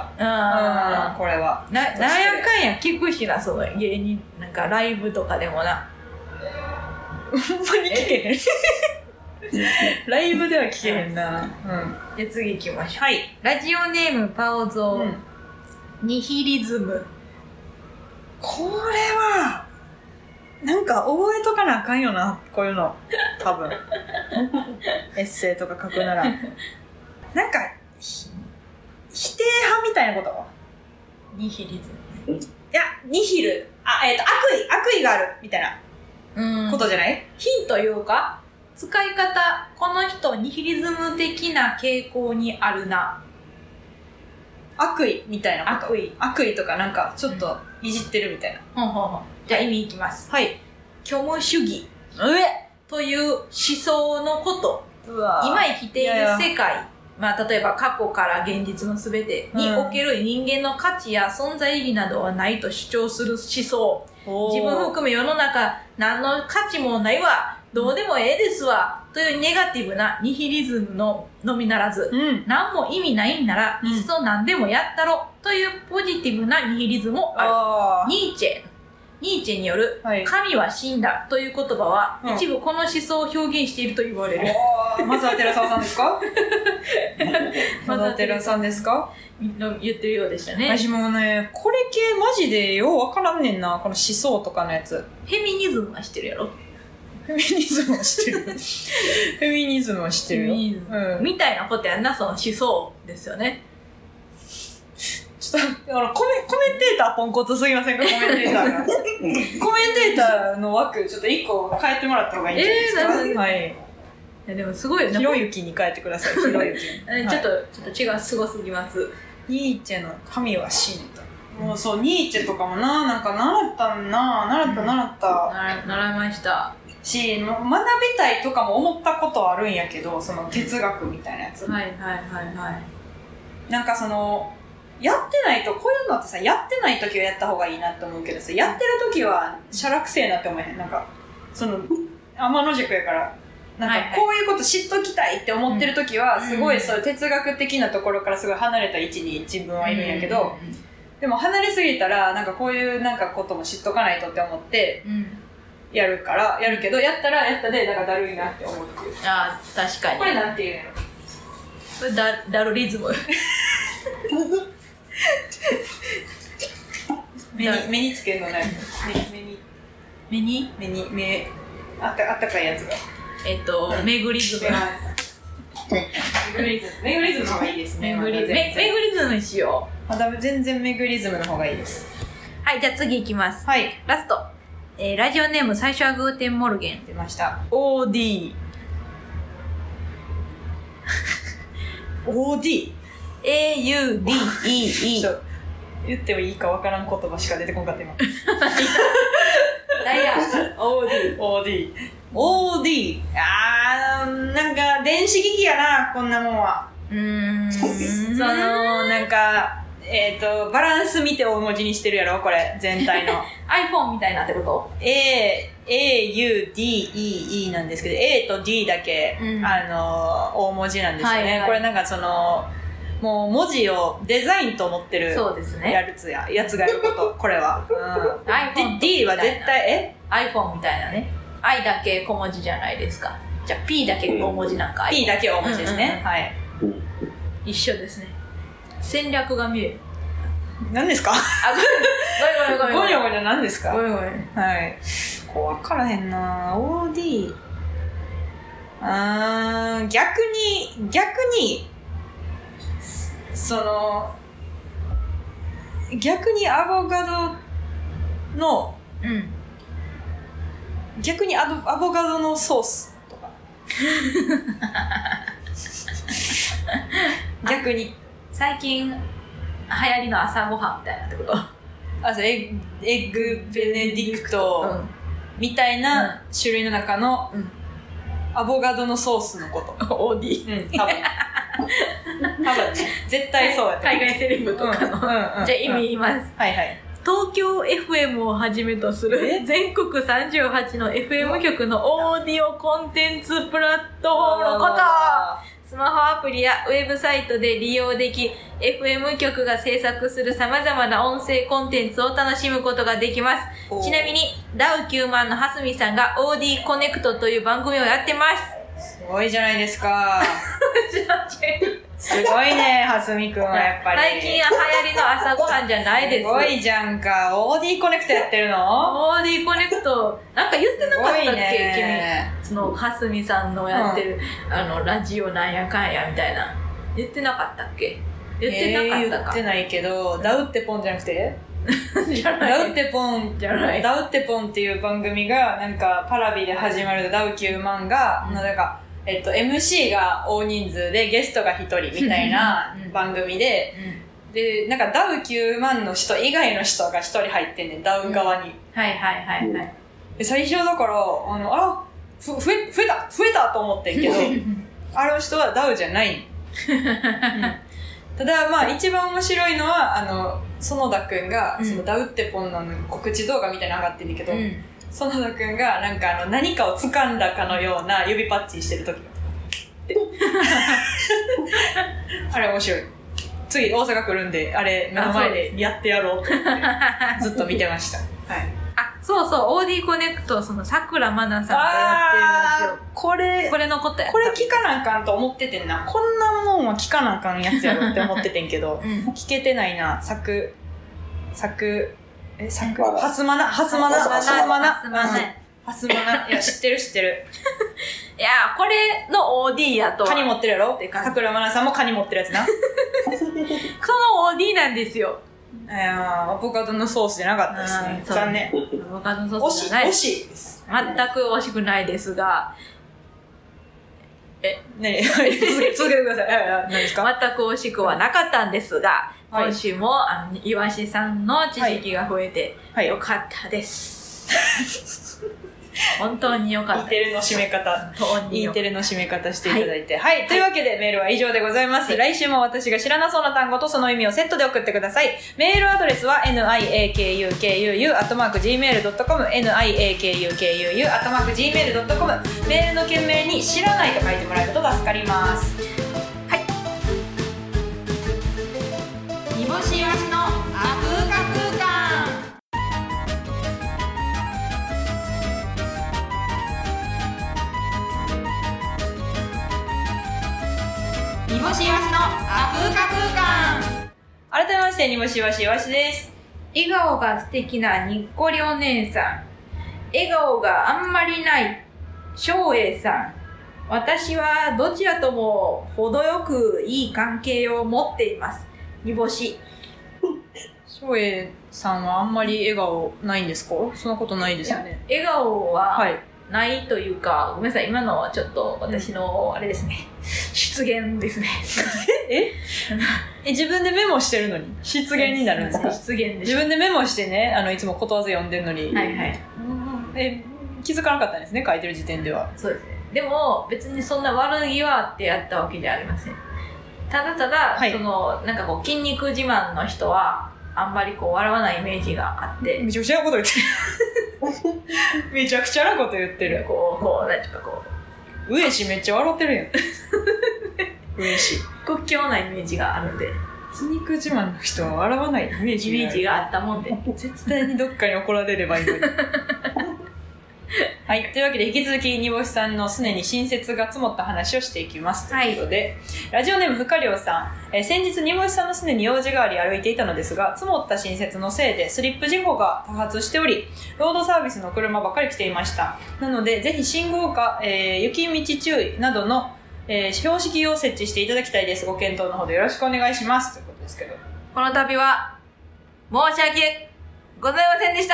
これは。 なんやかんや聞くしな、その芸人、なんかライブとかでもな。 ほんまに聞けへん。ライブでは聞けへんな。 じゃあ次行きましょう。 はい。 ラジオネームパオゾー、ニヒリズム。 これは、なんか覚えとかなあかんよな、こういうの。多分。エッセイとか書くなら。なんか、否定派みたいなことニヒリズム。 いや、ニヒル。悪意がある、みたいなことじゃない？ ヒントいうか、使い方、この人ニヒリズム的な傾向にあるな。 悪意みたいなこと。 悪意とかなんかちょっといじってるみたいな。 じゃあ意味いきます。 はい。 虚無主義という思想のこと。今生きている世界、例えば過去から現実の全てにおける人間の価値や存在意義などはないと主張する思想。自分含め世の中何の価値もないわ、どうでもええですわ、というネガティブなニヒリズムのみならず、何も意味ないんなら、いっそ何でもやったろ、というポジティブなニヒリズムもある。ニーチェによる、神は死んだという言葉は、一部この思想を表現していると言われる。 まずは寺澤さんですか？まずは寺さんですか？ 言ってるようでしたね。 私もね、これ系マジでようわからんねんな、この思想とかのやつ。 フェミニズムは知ってるやろ？ フェミニズムは知ってる。フェミニズムは知ってるよ。 みたいなことやんな、その思想ですよね。 ちょっと、コメンテーターポンコツすぎませんか？コメンテーターが。コメンテーターの枠、ちょっと1個変えてもらった方がいいんじゃないですか？はい。 いやでもすごいよね。 ひろゆきに変えてください。ひろゆきに。 ちょっと違う、すごすぎます。 ニーチェの神は死んだ。もうそう、ニーチェとかもなんか習った。 習いました。 学びたいとかも思ったことはあるんやけど、その哲学みたいなやつ。なんかやってないと、こういうのってさ、やってない時はやった方がいいなって思うけどさ、やってる時はしゃらくせえなって思えへん。なんか、天の塾やから、なんかこういうこと知っときたいって思ってる時は、すごいそういう哲学的なところからすごい離れた位置に自分はいるんやけど、でも離れすぎたら、なんかこういうなんかことも知っとかないとって思って、やるけど、やったらやったで、なんかだるいなって思うっていう。 ああ、確かに。 これなんて言うの？ これダルリズム。 目につけるのない。目あったかいやつが。 メグリズム。 メグリズムの方がいいですね。 メグリズムにしよう。全然メグリズムの方がいいです。 はい、じゃあ次いきます。 はい。 ラスト。ラジオネーム最初はグーテンモルゲン。 出ました。 OD。 OD。 AUDEE。 言ってもいいかわからん言葉しか出てこんかった今。 何や OD。なんか電子機器やな、こんなもんは。なんか、バランス見て大文字にしてるやろ、これ、全体の。 iPhone みたいなってこと？ A、U、D、E、E なんですけど、A と D だけ、大文字なんですよね。これなんかもう文字をデザインと思ってるやつがやること、これは。D は絶対、 iPhone みたいなね。I だけ小文字じゃないですか。じゃあ P だけ大文字なんか。 P だけ大文字ですね。はい。 一緒ですね。戦略が見える。 何ですか？ごにょごにょ何ですか？はい。こう分からへんな。OD。 逆に逆にアボカドの、逆にアボカドのソースとか逆に最近流行りの朝ごはんみたいなってこと？ エッグベネディクトみたいな種類の中のアボカドのソースのこと。 OD。 多分ね。絶対そうやった。 海外セレブとかの。じゃあ意味言います。 はいはい。 東京 FM をはじめとする全国38の FM 局のオーディオコンテンツプラットフォームのこと。スマホアプリやウェブサイトで利用でき、FM 局が制作する様々な音声コンテンツを楽しむことができます。ちなみに、ダウ9万の蓮見さんが OD コネクトという番組をやってます。 すごいじゃないですか。すごいね、蓮見くんはやっぱり。 最近流行りの朝ごはんじゃないです。 すごいじゃんか。OD コネクトやってるの？ OD コネクト、なんか言ってなかったっけ、君。その、蓮見さんのやってる、ラジオなんやかんやみたいな。言ってなかったっけ？言ってなかったか。 言ってないけど、ダウってポンじゃなくてじゃない。 ダウってポンじゃない。ダウってポンっていう番組が、なんか、パラビで始まるダウ9万が、なんか、MC が大人数でゲストが1人みたいな番組で、で、なんかダウ9万の人以外の人が1人入ってんねん、ダウ側に。 はいはいはいはい。 で最初だから、増えたと思ってんけど、あの人はダウじゃない。ただ、まあ一番面白いのは、園田くんが、そのダウってポンの告知動画みたいなの上がってんだけど、園田くんがなんか何かを掴んだかのような指パッチンしてる時があれ面白い。次大阪来るんであれ目の前でやってやろうと思ってずっと見てました。はい。 そうそう、OD コネクト、その桜まなさんがやってるんですよ。これのことや。 これ聞かなあかんと思っててんな。こんなもんは聞かなあかんやつやろって思っててんけど、聞けてないな。ハスマナ。いや、知ってる。 いや、これの OD やと。 カニ持ってるやろ桜まなさんもカニ持ってるやつな。 その OD なんですよ。 アボカドのソースじゃなかったですね。残念。 アボカドのソースじゃない。 惜しいです。 全く惜しくないですが。 ね続けてください。何ですか？ 全く惜しくはなかったんですが、今週も、イワシさんの知識が増えて、よかったです。本当によかった。 E テレの締め方。E テレの締め方していただいて。はい。というわけでメールは以上でございます。来週も私が知らなそうな単語とその意味をセットで送ってください。メールアドレスは niakukuu@gmail.com niakukuu@gmail.com メールの件名に知らないと書いてもらえると助かります。 はい。煮干しイワシのアフーカ空間。煮干しイワシのアフーカ空間。 改めまして煮干しイワシイワシです。 笑顔が素敵なにっこりお姉さん。笑顔があんまりない翔英さん。私はどちらとも程よくいい関係を持っています。煮干し。 翔英さんはあんまり笑顔ないんですか？そんなことないですよね。 笑顔はないというか、ごめんなさい、今のはちょっと私のあれですね、失言ですね。 自分でメモしてるのに失言になるんですか？ 失言です。 自分でメモしてね、いつもことわざ読んでるのに、 はいはい。 気づかなかったんですね、書いてる時点では。 そうですね。でも別にそんな悪気はあってやったわけじゃありません。ただただ、はい、なんかこう筋肉自慢の人はあんまりこう笑わないイメージがあって。 めちゃくちゃなこと言ってる。めちゃくちゃなこと言ってる。 なんていうか上司めっちゃ笑ってるやん。上司。 屈強なイメージがあるんで。 筋肉自慢の人は笑わないイメージがあったもんで。 絶対にどっかに怒られればいいのに。ははい。というわけで、引き続き、煮干しさんのすねに新雪が積もった話をしていきます。ということで、ラジオネームふかりょうさん。先日、煮干しさんのすねに用事があり歩いていたのですが、積もった新雪のせいでスリップ事故が多発しており、ロードサービスの車ばかり来ていました。なので、ぜひ信号か、雪道注意などの、標識を設置していただきたいです。ご検討のほどよろしくお願いします。ということですけど。 この度は、申し訳ございませんでした。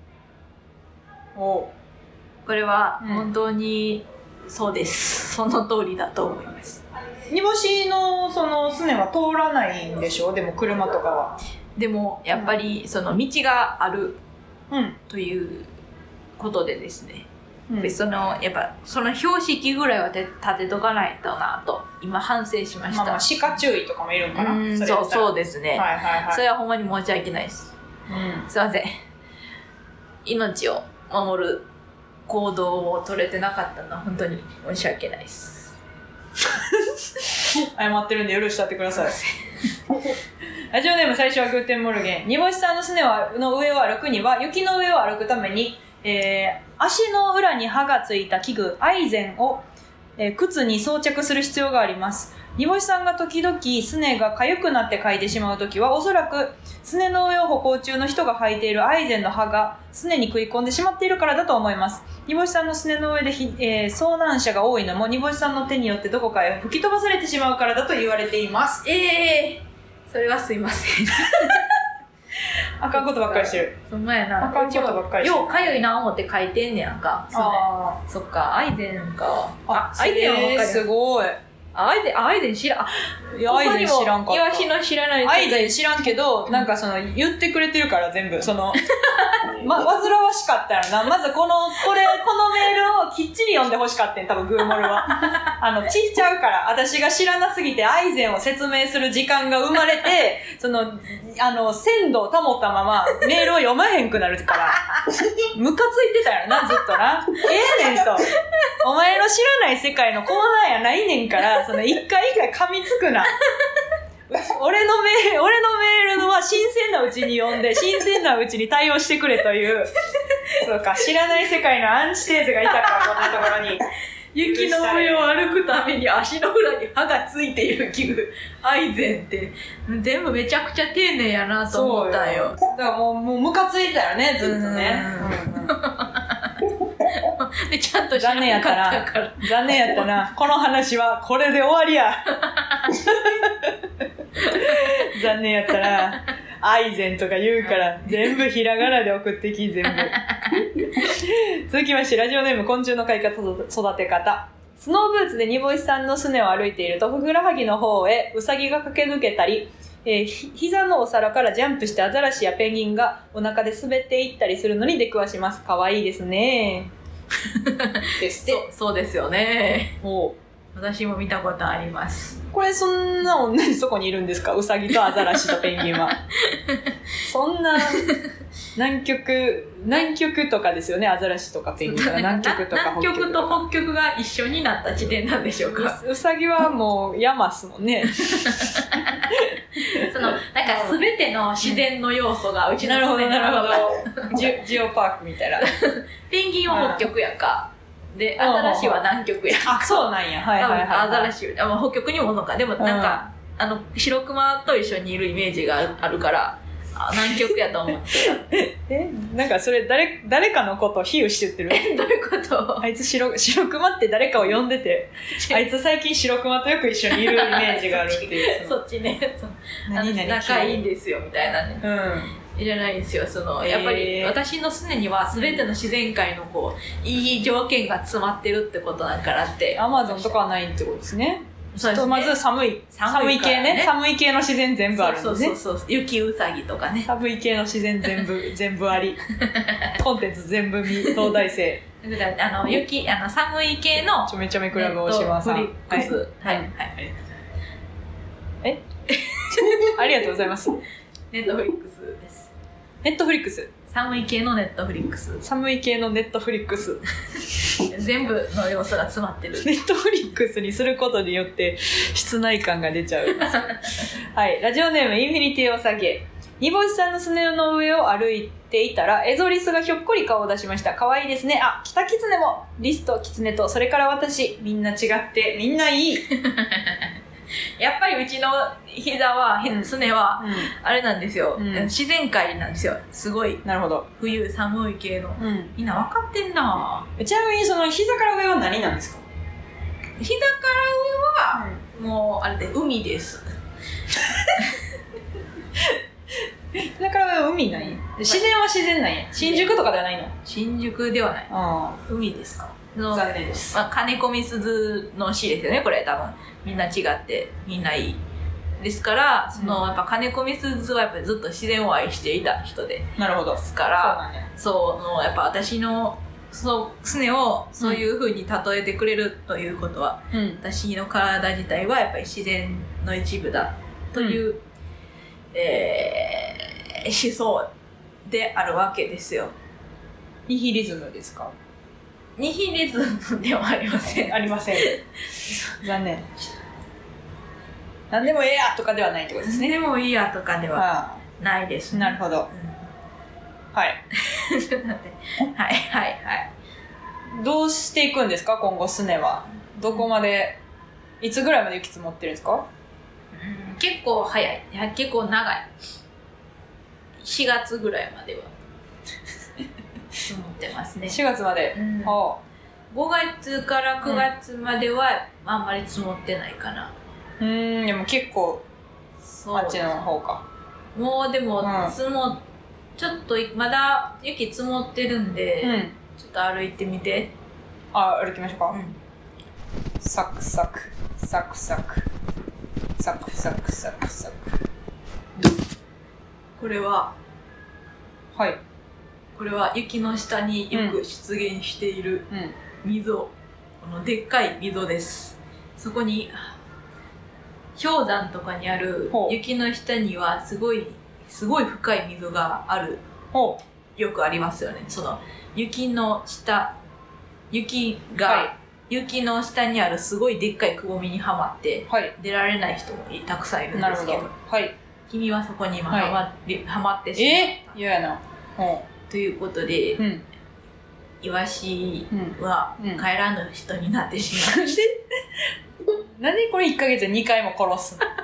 おこれは本当にそうです。その通りだと思います。 煮干しのそのすねは通らないんでしょ？でも車とかは。 でもやっぱりその道があるということでですね。やっぱその標識ぐらいは立てとかないとなと今反省しました。 まあ鹿注意とかもいるんかな。 そうですね。それはほんまに申し訳ないです。すいません。命を守る行動を取れてなかったのは本当に申し訳ないです。 謝ってるんで許しちゃってください。ラジオネーム最初はグーテンモルゲン。煮干しさんのすねの上を歩くには雪の上を歩くために、足の裏に刃がついた器具アイゼンを、靴に装着する必要があります。煮干しさんが時々すねが痒くなってかいてしまうときはおそらくすねの上を歩行中の人が履いているアイゼンの刃がすねに食い込んでしまっているからだと思います。煮干しさんのすねの上で、遭難者が多いのも煮干しさんの手によってどこかへ吹き飛ばされてしまうからだと言われています。 それはすいません。 あかんことばっかりしてる。 ほんまやな。 あかんことばっかりしてる。 ようかゆいな思って書いてんねやんか。そっか、アイゼンか。 アイゼンは分かる。すごい。 アイゼン知らん。 アイゼン知らんかった。 イワシの知らない。 アイゼン知らんけど、なんかその、言ってくれてるから全部。その、煩わしかったらな。まずこのメールをきっちり読んでほしかったん、多分グーモルは。ちっちゃうから、私が知らなすぎてアイゼンを説明する時間が生まれて、その、鮮度を保ったままメールを読まへんくなるから、ムカついてたよな、ずっとな。ねんと。お前の知らない世界のコーナーやないねんから、その一回一回噛みつくな。俺のメールは新鮮なうちに読んで、新鮮なうちに対応してくれという、そうか、知らない世界のアンチテーゼがいたから、こんなところに。 雪の上を歩くために足の裏に刃がついている器具、アイゼンって、全部めちゃくちゃ丁寧やなと思ったよ。 だからもうムカついたよね、ずっとね。 で、ちゃんと知らなかったから。 残念やったな。この話はこれで終わりや。残念やったな。アイゼンとか言うから、全部ひらがなで送ってき、全部。続きまして、ラジオネーム昆虫の飼い方育て方。スノーブーツで煮干しさんのすねを歩いていると、ふくらはぎの方へウサギが駆け抜けたり、膝のお皿からジャンプしてアザラシやペンギンがお腹で滑っていったりするのに出くわします。かわいいですね。 ですって。そうですよね。私も見たことあります。 これそんな同じとこにいるんですか？ウサギとアザラシとペンギンは。そんな南極とかですよね、アザラシとかペンギンは。南極とか北極とか。 南極と北極が一緒になった地点なんでしょうか。 ウサギはもう山っすもんね。 なんか全ての自然の要素がうちのすねにある。 なるほど。ジオパークみたいな。 ペンギンは北極やんか。で、アザラシは南極やんか。 あ、そうなんや。はいはいはい。 アザラシ、北極にものか。でもなんか、白熊と一緒にいるイメージがあるから、南極やと思ってた。 なんかそれ誰かのことを比喩して言ってる？ どういうこと？ あいつ白熊って誰かを呼んでて、あいつ最近白熊とよく一緒にいるイメージがあるっていう。 そっちね。仲いいんですよ、みたいなね。じゃないですよ。やっぱり私のすねには全ての自然界のいい条件が詰まってるってことなんかなって。 アマゾンとかはないってことですね。 そうですね。 まず寒い系ね。寒い系の自然全部あるんですね。 そう。雪うさぎとかね。 寒い系の自然全部あり。コンテンツ全部見、東大生。 寒い系の。 ちょめちょめクラブ大島さん。 フリックス。はい。 ありがとうございます。 ネットフリックスです。 ネットフリックス。 寒い系のネットフリックス。 寒い系のネットフリックス。 全部の要素が詰まってる。 ネットフリックスにすることによって室内感が出ちゃう。はい。ラジオネームインフィニティおさげ。煮干しさんのすねの上を歩いてっていたらエゾリスがひょっこり顔を出しました。可愛いですね。あ、キタキツネも。リスとキツネとそれから私、みんな違ってみんないい。 やっぱりうちの膝は、すねは、あれなんですよ、自然界なんですよ。すごい。 なるほど。 冬寒い系の。みんな分かってんな。 ちなみにその膝から上は何なんですか？ 膝から上は、もうあれで海です。 膝から上は海なんや。自然は自然なんや。新宿とかではないの？ 新宿ではない。海ですか。 残念です。 金子みすずの詩ですよね、これ多分。みんな違ってみんないい。ですから、やっぱ金子みすずはやっぱりずっと自然を愛していた人で。 なるほど。 ですから、やっぱ私のすねをそういう風に例えてくれるということは、私の体自体はやっぱり自然の一部だという、思想であるわけですよ。 ニヒリズムですか？ ニヒリズムではありません。 ありません。残念。何でもええやとかではないってことですね。 何でもいいやとかではないですね。 なるほど。はい。 ちょっと待って。はいはいはい。 どうしていくんですか、今後すねは。どこまで、いつぐらいまで雪積もってるんですか？ 結構早い。結構長い。4月ぐらいまでは積もってますね。 4月まで。 5月から9月まではあんまり積もってないかな。 でも結構あっちの方か。 もうでも、ちょっとまだ雪積もってるんで、ちょっと歩いてみて。 歩きましょうか。サクサクサクサクサクサクサクサク。 これはこれは雪の下によく出現している溝、このでっかい溝です。そこに氷山とかにある雪の下にはすごい深い溝がある。よくありますよね。その雪の下にあるすごいでっかいくぼみにはまって、出られない人もたくさんいるんですけど、君はそこに今はまってしまった。 嫌やな。 ということで、イワシは帰らぬ人になってしまう。 なんでこれ1ヶ月2回も殺すの？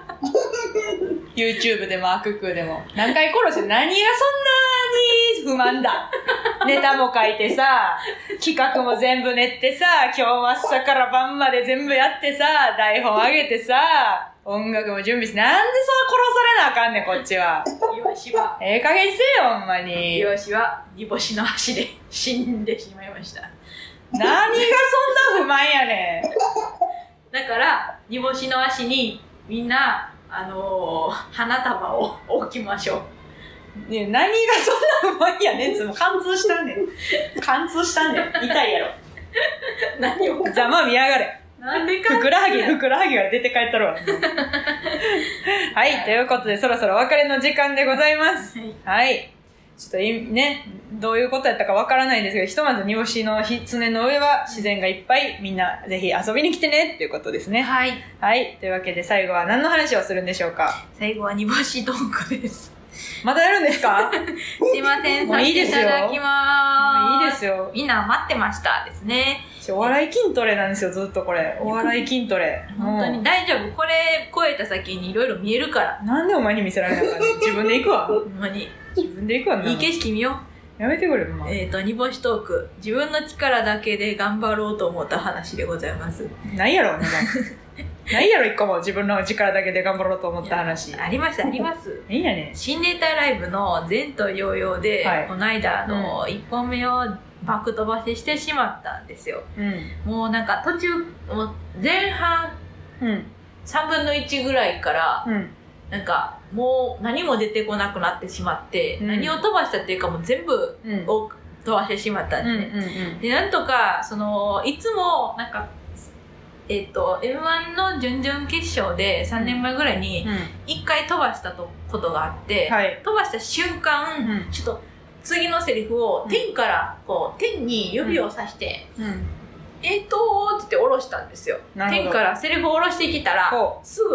YouTube でもアククでも何回殺して、何がそんなに不満だ？ネタも書いてさ、企画も全部練ってさ、今日朝から晩まで全部やってさ、台本上げてさ、音楽も準備して、なんでそんな殺されなあかんねん、こっちは。 イワシはええ加減せよ、ほんまに。 イワシは煮干しの足で死んでしまいました。 何がそんな不満やねん。 だから煮干しの足にみんな花束を置きましょう。ね、何がそんな不満やねん。貫通したんねん。痛いやろ。 何をざまみやがれ。 なんでかふくらはぎが出て帰ったろわ。はい、ということでそろそろお別れの時間でございます。はい。ちょっとね、どういうことやったかわからないんですけど、ひとまず煮干しの爪の上は自然がいっぱい、みんなぜひ遊びに来てねっていうことですね。 はい。 はい。というわけで最後は何の話をするんでしょうか？ 最後は煮干しトークです。 またやるんですか？ すいません、させていただきまーす。いいですよ。 みんな待ってましたですね。 お笑い筋トレなんですよ、ずっとこれ。お笑い筋トレ。 本当に大丈夫。これ超えた先にいろいろ見えるから。 なんでお前に見せられなかったの？自分で行くわ。 ほんまに。 自分で行くわな。 いい景色見よう。やめてくれ、お前。煮干しトーク。自分の力だけで頑張ろうと思った話でございます。 ないやろ、ないやろ、一個も自分の力だけで頑張ろうと思った話。 あります、あります。 いいやね。 新ネタライブの前途洋々で、この間1本目を爆飛ばししてしまったんですよ。もうなんか途中、もう前半、3分の1ぐらいから、なんかもう何も出てこなくなってしまって、何を飛ばしたっていうかもう全部を飛ばしてしまったんですね。で、なんとか、いつもなんか、M1 の準々決勝で3年前ぐらいに1回飛ばしたことがあって、飛ばした瞬間、ちょっと次のセリフを天からこう天に指をさしてって言って下ろしたんですよ。天からセリフを下ろしてきたらすぐ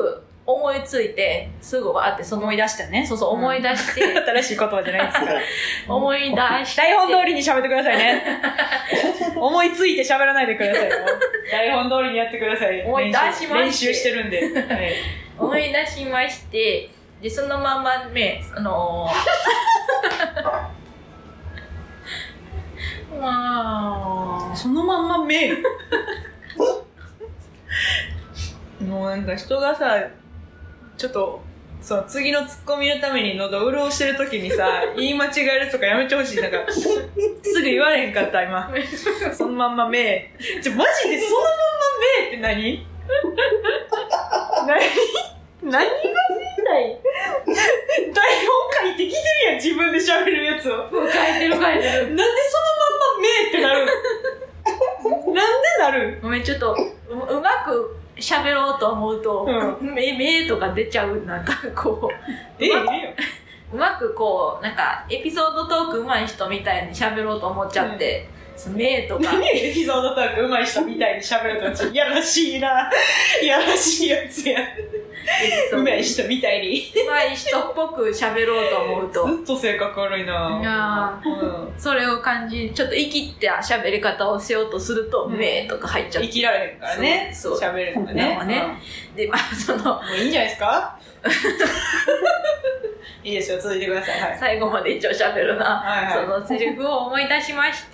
思いついてすぐわーって思い出したね。 そうそう思い出して、 新しい言葉じゃないですから思い出して台本通りに喋ってくださいね。思いついて喋らないでくださいよ。台本通りにやってください。 思い出しまして練習してるんで、はい、 思い出しまして、でそのままねそのまんま目もうなんか人がさ、ちょっとそう次のツッコミのために喉潤してる時にさ言い間違えるとかやめてほしい。なんかすぐ言われへんかった今。そのまんま目マジでそのまんま目って何何が言いたい？台本書いてきてるやん、自分で喋るやつを。 書いてる。なんでそのまんま目ってなる？なんでなる？ ごめん、ちょっとうまく喋ろうと思うと、目とか出ちゃう。なんかこううまくこうなんかエピソードトーク上手い人みたいに喋ろうと思っちゃって、目とか何エピソードトーク上手い人みたいに喋るとやらしいな。やらしいやつや。上手い人みたいに上手い人っぽく喋ろうと思うとずっと性格悪いな。 いや、それを感じ、ちょっと生きった喋り方をしようとすると、目とか入っちゃって生きられへんからね。そう喋るのがね。 で、まあもういいんじゃないですか。いいですよ、続いてください。はい、 最後まで一応喋るな。そのセリフを思い出しまして、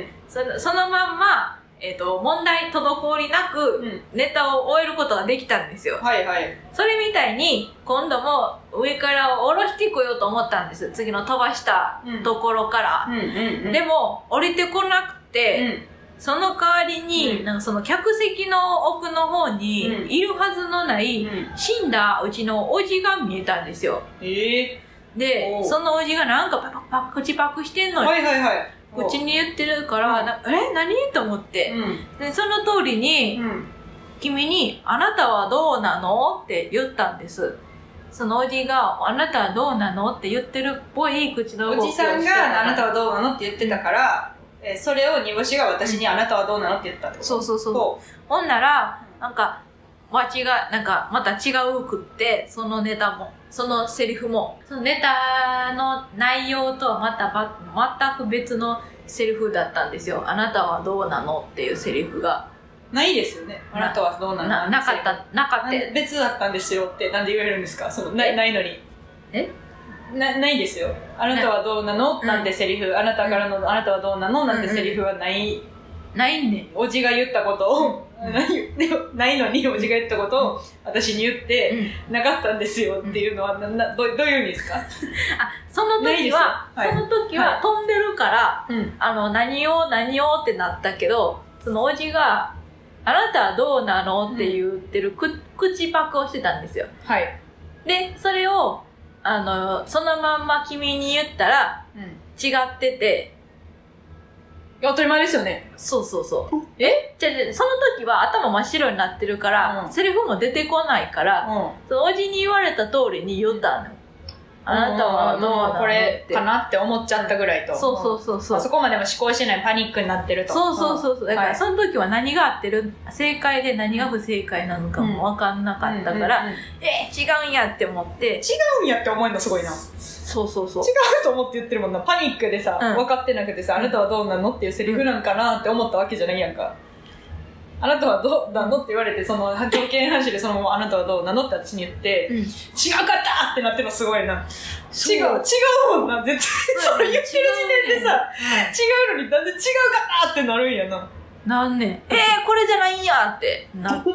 そのまんま、問題滞りなくネタを終えることができたんですよ。 はいはい。 それみたいに今度も上から下ろしてこようと思ったんです。次の飛ばしたところから。でも降りてこなくて、その代わりに、なんかその客席の奥の方にいるはずのない死んだうちのおじが見えたんですよ。で、そのおじがなんかパクチパクしてんのよ。口に言ってるから、何と思って、でその通りに、君にあなたはどうなのって言ったんです。そのおじがあなたはどうなのって言ってるっぽい口の動きをしてた。 おじさんがあなたはどうなのって言ってたから、それを煮干しが私にあなたはどうなのって言ったってこと。 そうほんならなんかなんかまた違うくって、そのネタもそのセリフもそのネタの内容とはまた全く別のセリフだったんですよ。あなたはどうなのっていうセリフがないですよね。あなたはどうなの？ なかった。 別だったんですよってなんで言えるんですか？ないのに。ないですよ。あなたはどうなのなんてセリフ、あなたからのあなたはどうなのなんてセリフはない。 ないんで。 おじが言ったことを、ないのにおじが言ったことを私に言って、なかったんですよっていうのはどういう意味ですか？ その時は飛んでるから、何をってなったけど、そのおじがあなたはどうなのって言ってる口パクをしてたんですよ。で、それをそのまんま君に言ったら、違ってて、 当たり前ですよね。 そう。その時は頭真っ白になってるから、セリフも出てこないから、そのおじに言われた通りに言ったの。あなたはどうなのって。 これかなって思っちゃったぐらいと。そこまでも思考しないパニックになってると。 そう。だからその時は何が合ってる、正解で何が不正解なのかも分かんなかったから、違うんやって思って。 違うんやって思えるのすごいな。 そう。違うと思って言ってるもんな。パニックでさ、分かってなくてさ、あなたはどうなのっていうセリフなんかなって思ったわけじゃないやんか。あなたはどうなのって言われて、その条件反射でそのままあなたはどうなのって私に言って、違かったってなってるのすごいな。違うもんな。絶対それ言ってる時点でさ、違うのになんで違うかなってなるんやな。 なんねこれじゃないんやってなって、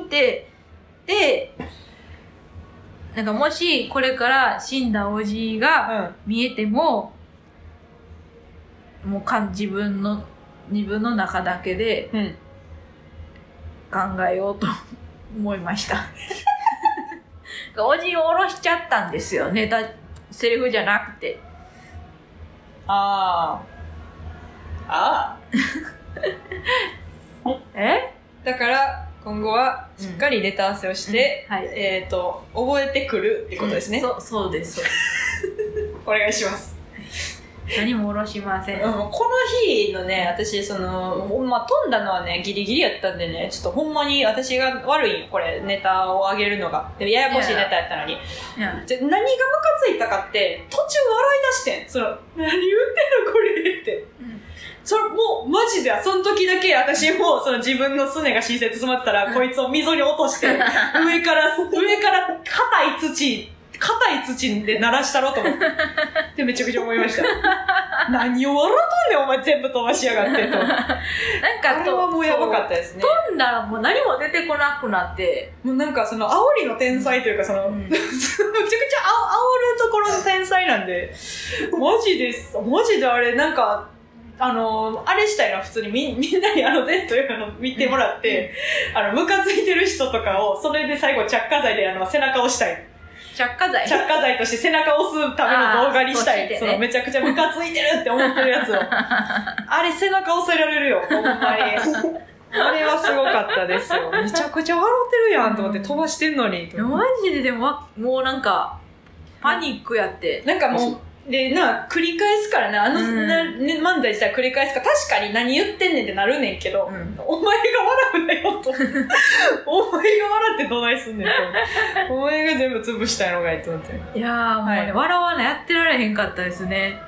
で、なんかもしこれから死んだおじが見えても、もう自分の中だけで考えようと思いました。おじを下ろしちゃったんですよ、ネタセリフじゃなくて。 だから今後はしっかりネタ合わせをして、覚えてくるってことですね。 そうです。 お願いします。 何もおろしません。 この日のね、私、飛んだのはね、ギリギリやったんでね、ちょっとほんまに私が悪いよ、これ、ネタを上げるのが。でややこしいネタやったのに。何がムカついたかって、途中笑い出してん。何言ってんのこれって。もう、マジで、その時だけ私も、自分のすねが新鮮詰まってたら、こいつを溝に落として、上から硬い土で鳴らしたろと思って。で、めちゃくちゃ思いました。何を笑うとんねん、お前全部飛ばしやがってと。なんか、あれはもうやばかったですね。 飛んだらもう何も出てこなくなって。 もうなんか、煽りの天才というか、めちゃくちゃ煽るところの天才なんで、マジであれ、なんか、あれしたいな、普通にみんなに全というの見てもらって、ムカついてる人とかを、それで最後着火剤で背中を押したい。 着火剤として背中を押すための動画にしたい。ね、めちゃくちゃムカついてるって思ってるやつを。あれ背中押せられるよ、ほんまに。あれはすごかったですよ。めちゃくちゃ笑ってるやんと思って飛ばしてんのに。 マジででも、もうなんか、パニックやって。 なんかもう、で、繰り返すからな、漫才したら繰り返すから、確かに何言ってんねんってなるねんけど、お前が笑うなよと。お前が笑ってどないすんねんと。お前が全部潰したいのがいいと思って。 いやー、もうね、笑わなやってられへんかったですね。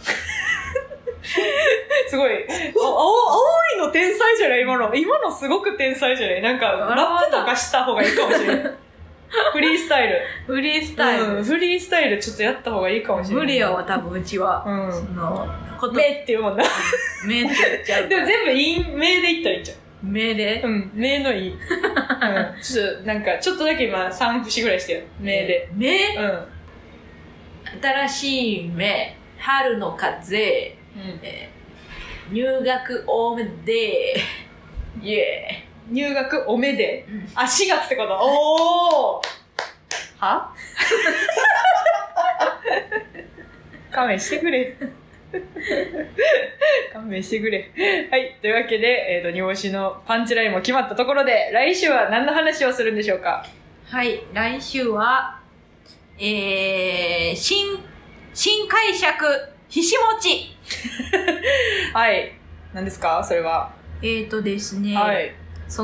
すごい、煽りの天才じゃない今のすごく天才じゃないなんか、ラップとかした方がいいかもしれない。フリースタイル。フリースタイルちょっとやった方がいいかもしれない。 無理やわ、多分うちは。 目って言うもんな。 目って言っちゃう。 でも全部目で言ったらいいんちゃう。 目で目のいい。ちょっと、なんか、ちょっとだけ今3節ぐらいしてよ。目で。 目新しい目、春の風、入学おめで、イエー。 入学おめで。4月ってこと。おーは勘弁してくれ。勘弁してくれ。はい。というわけで、煮干しのパンチラインも決まったところで、来週は何の話をするんでしょうか？ はい。来週は、新解釈、ひしもち。 はい。何ですかそれは。 ですね。 はい。 3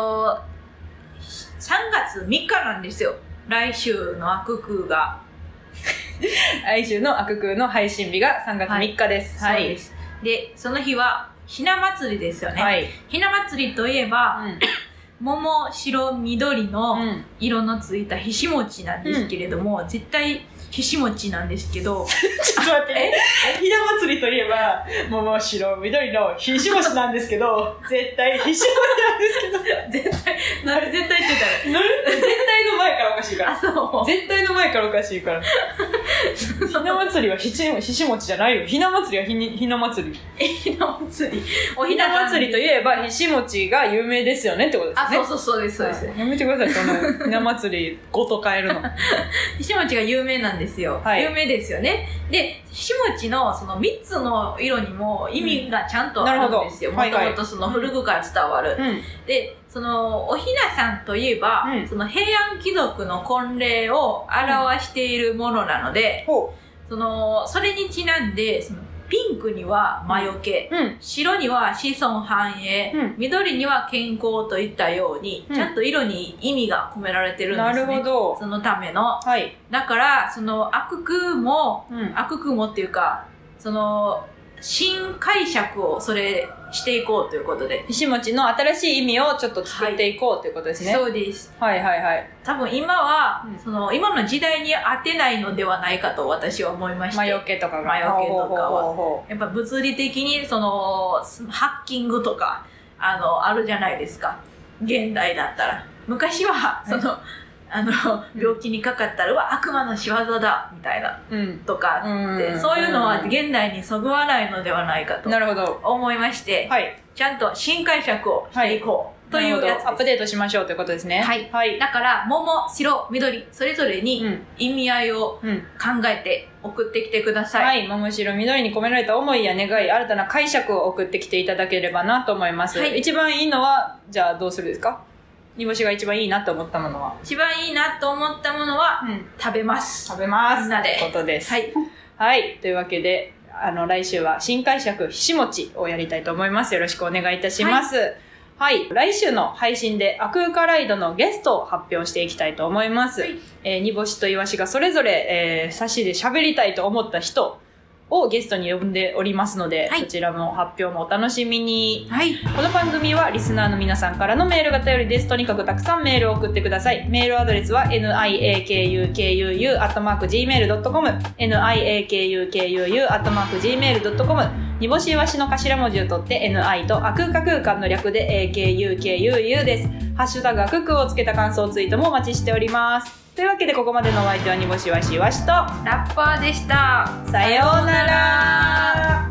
月3日なんですよ。来週の悪空が。 来週の悪空の配信日が3月3日です。 はい。そうです。で、その日は、ひな祭りですよね。はい。ひな祭りといえば、桃、白、緑の色のついたひし餅なんですけれども、絶対、ひし餅なんですけど。 ちょっと待って。ひな祭りといえば、桃、白、緑のひし餅なんですけど、絶対ひし餅なんですけど。絶対って言ったら。絶対の前からおかしいから。絶対の前からおかしいから。ひな祭りはひし餅じゃないよ。ひな祭りはひな祭り。 ひな祭り。 おひな祭りといえば、ひし餅が有名ですよねってことですね。 そうです。 やめてください、そのひな祭りごと変えるの。 ひし餅が有名なんですよ。はい、有名ですよね。で、ひし餅のその3つの色にも意味がちゃんとあるんですよ。もともとその古くから伝わる。で、そのおひなさんといえば、その平安貴族の婚礼を表しているものなので、それにちなんで、ピンクには魔除け、白には子孫繁栄、緑には健康といったように、ちゃんと色に意味が込められてるんですね。 なるほど。 そのための。 はい。 だから、その悪空もっていうか、その、新解釈をしていこうということで。 ひし餅の新しい意味をちょっと作っていこうということですね。 そうです。 はいはいはい。 多分今は、今の時代に合ってないのではないかと私は思いまして。 魔除けとかが。 魔除けとかは。やっぱ物理的にハッキングとか、あるじゃないですか。現代だったら。昔は、病気にかかったら、悪魔の仕業だ、みたいな、とかって、そういうのは現代にそぐわないのではないかと思いまして、ちゃんと新解釈をしていこうというやつです。 アップデートしましょうということですね。 はい。だから、桃、白、緑、それぞれに意味合いを考えて送ってきてください。 はい。桃、白、緑に込められた思いや願い、新たな解釈を送ってきていただければなと思います。一番いいのは、じゃあどうするですか？煮干しが一番いいなと思ったものは？ 一番いいなと思ったものは、食べます。 食べます。 みんなで。 ということです。 はい。 はい。というわけで、 来週は新解釈ひしもちをやりたいと思います。よろしくお願いいたします。はい。来週の配信でアクーカライドのゲストを発表していきたいと思います。煮干しとイワシがそれぞれ、サシで喋りたいと思った人をゲストに呼んでおりますので、そちらも発表もお楽しみに。この番組はリスナーの皆さんからのメールが頼りです。とにかくたくさんメールを送ってください。メールアドレスは niakukuu@gmail.com niakukuu@gmail.com 煮干しイワシの頭文字を取って NI とアクーカ空間の略で AKUKUU です。ハッシュタグアククをつけた感想ツイートもお待ちしております。というわけでここまでのお相手は煮干しイワシイワシとラッパーでした。 さようなら。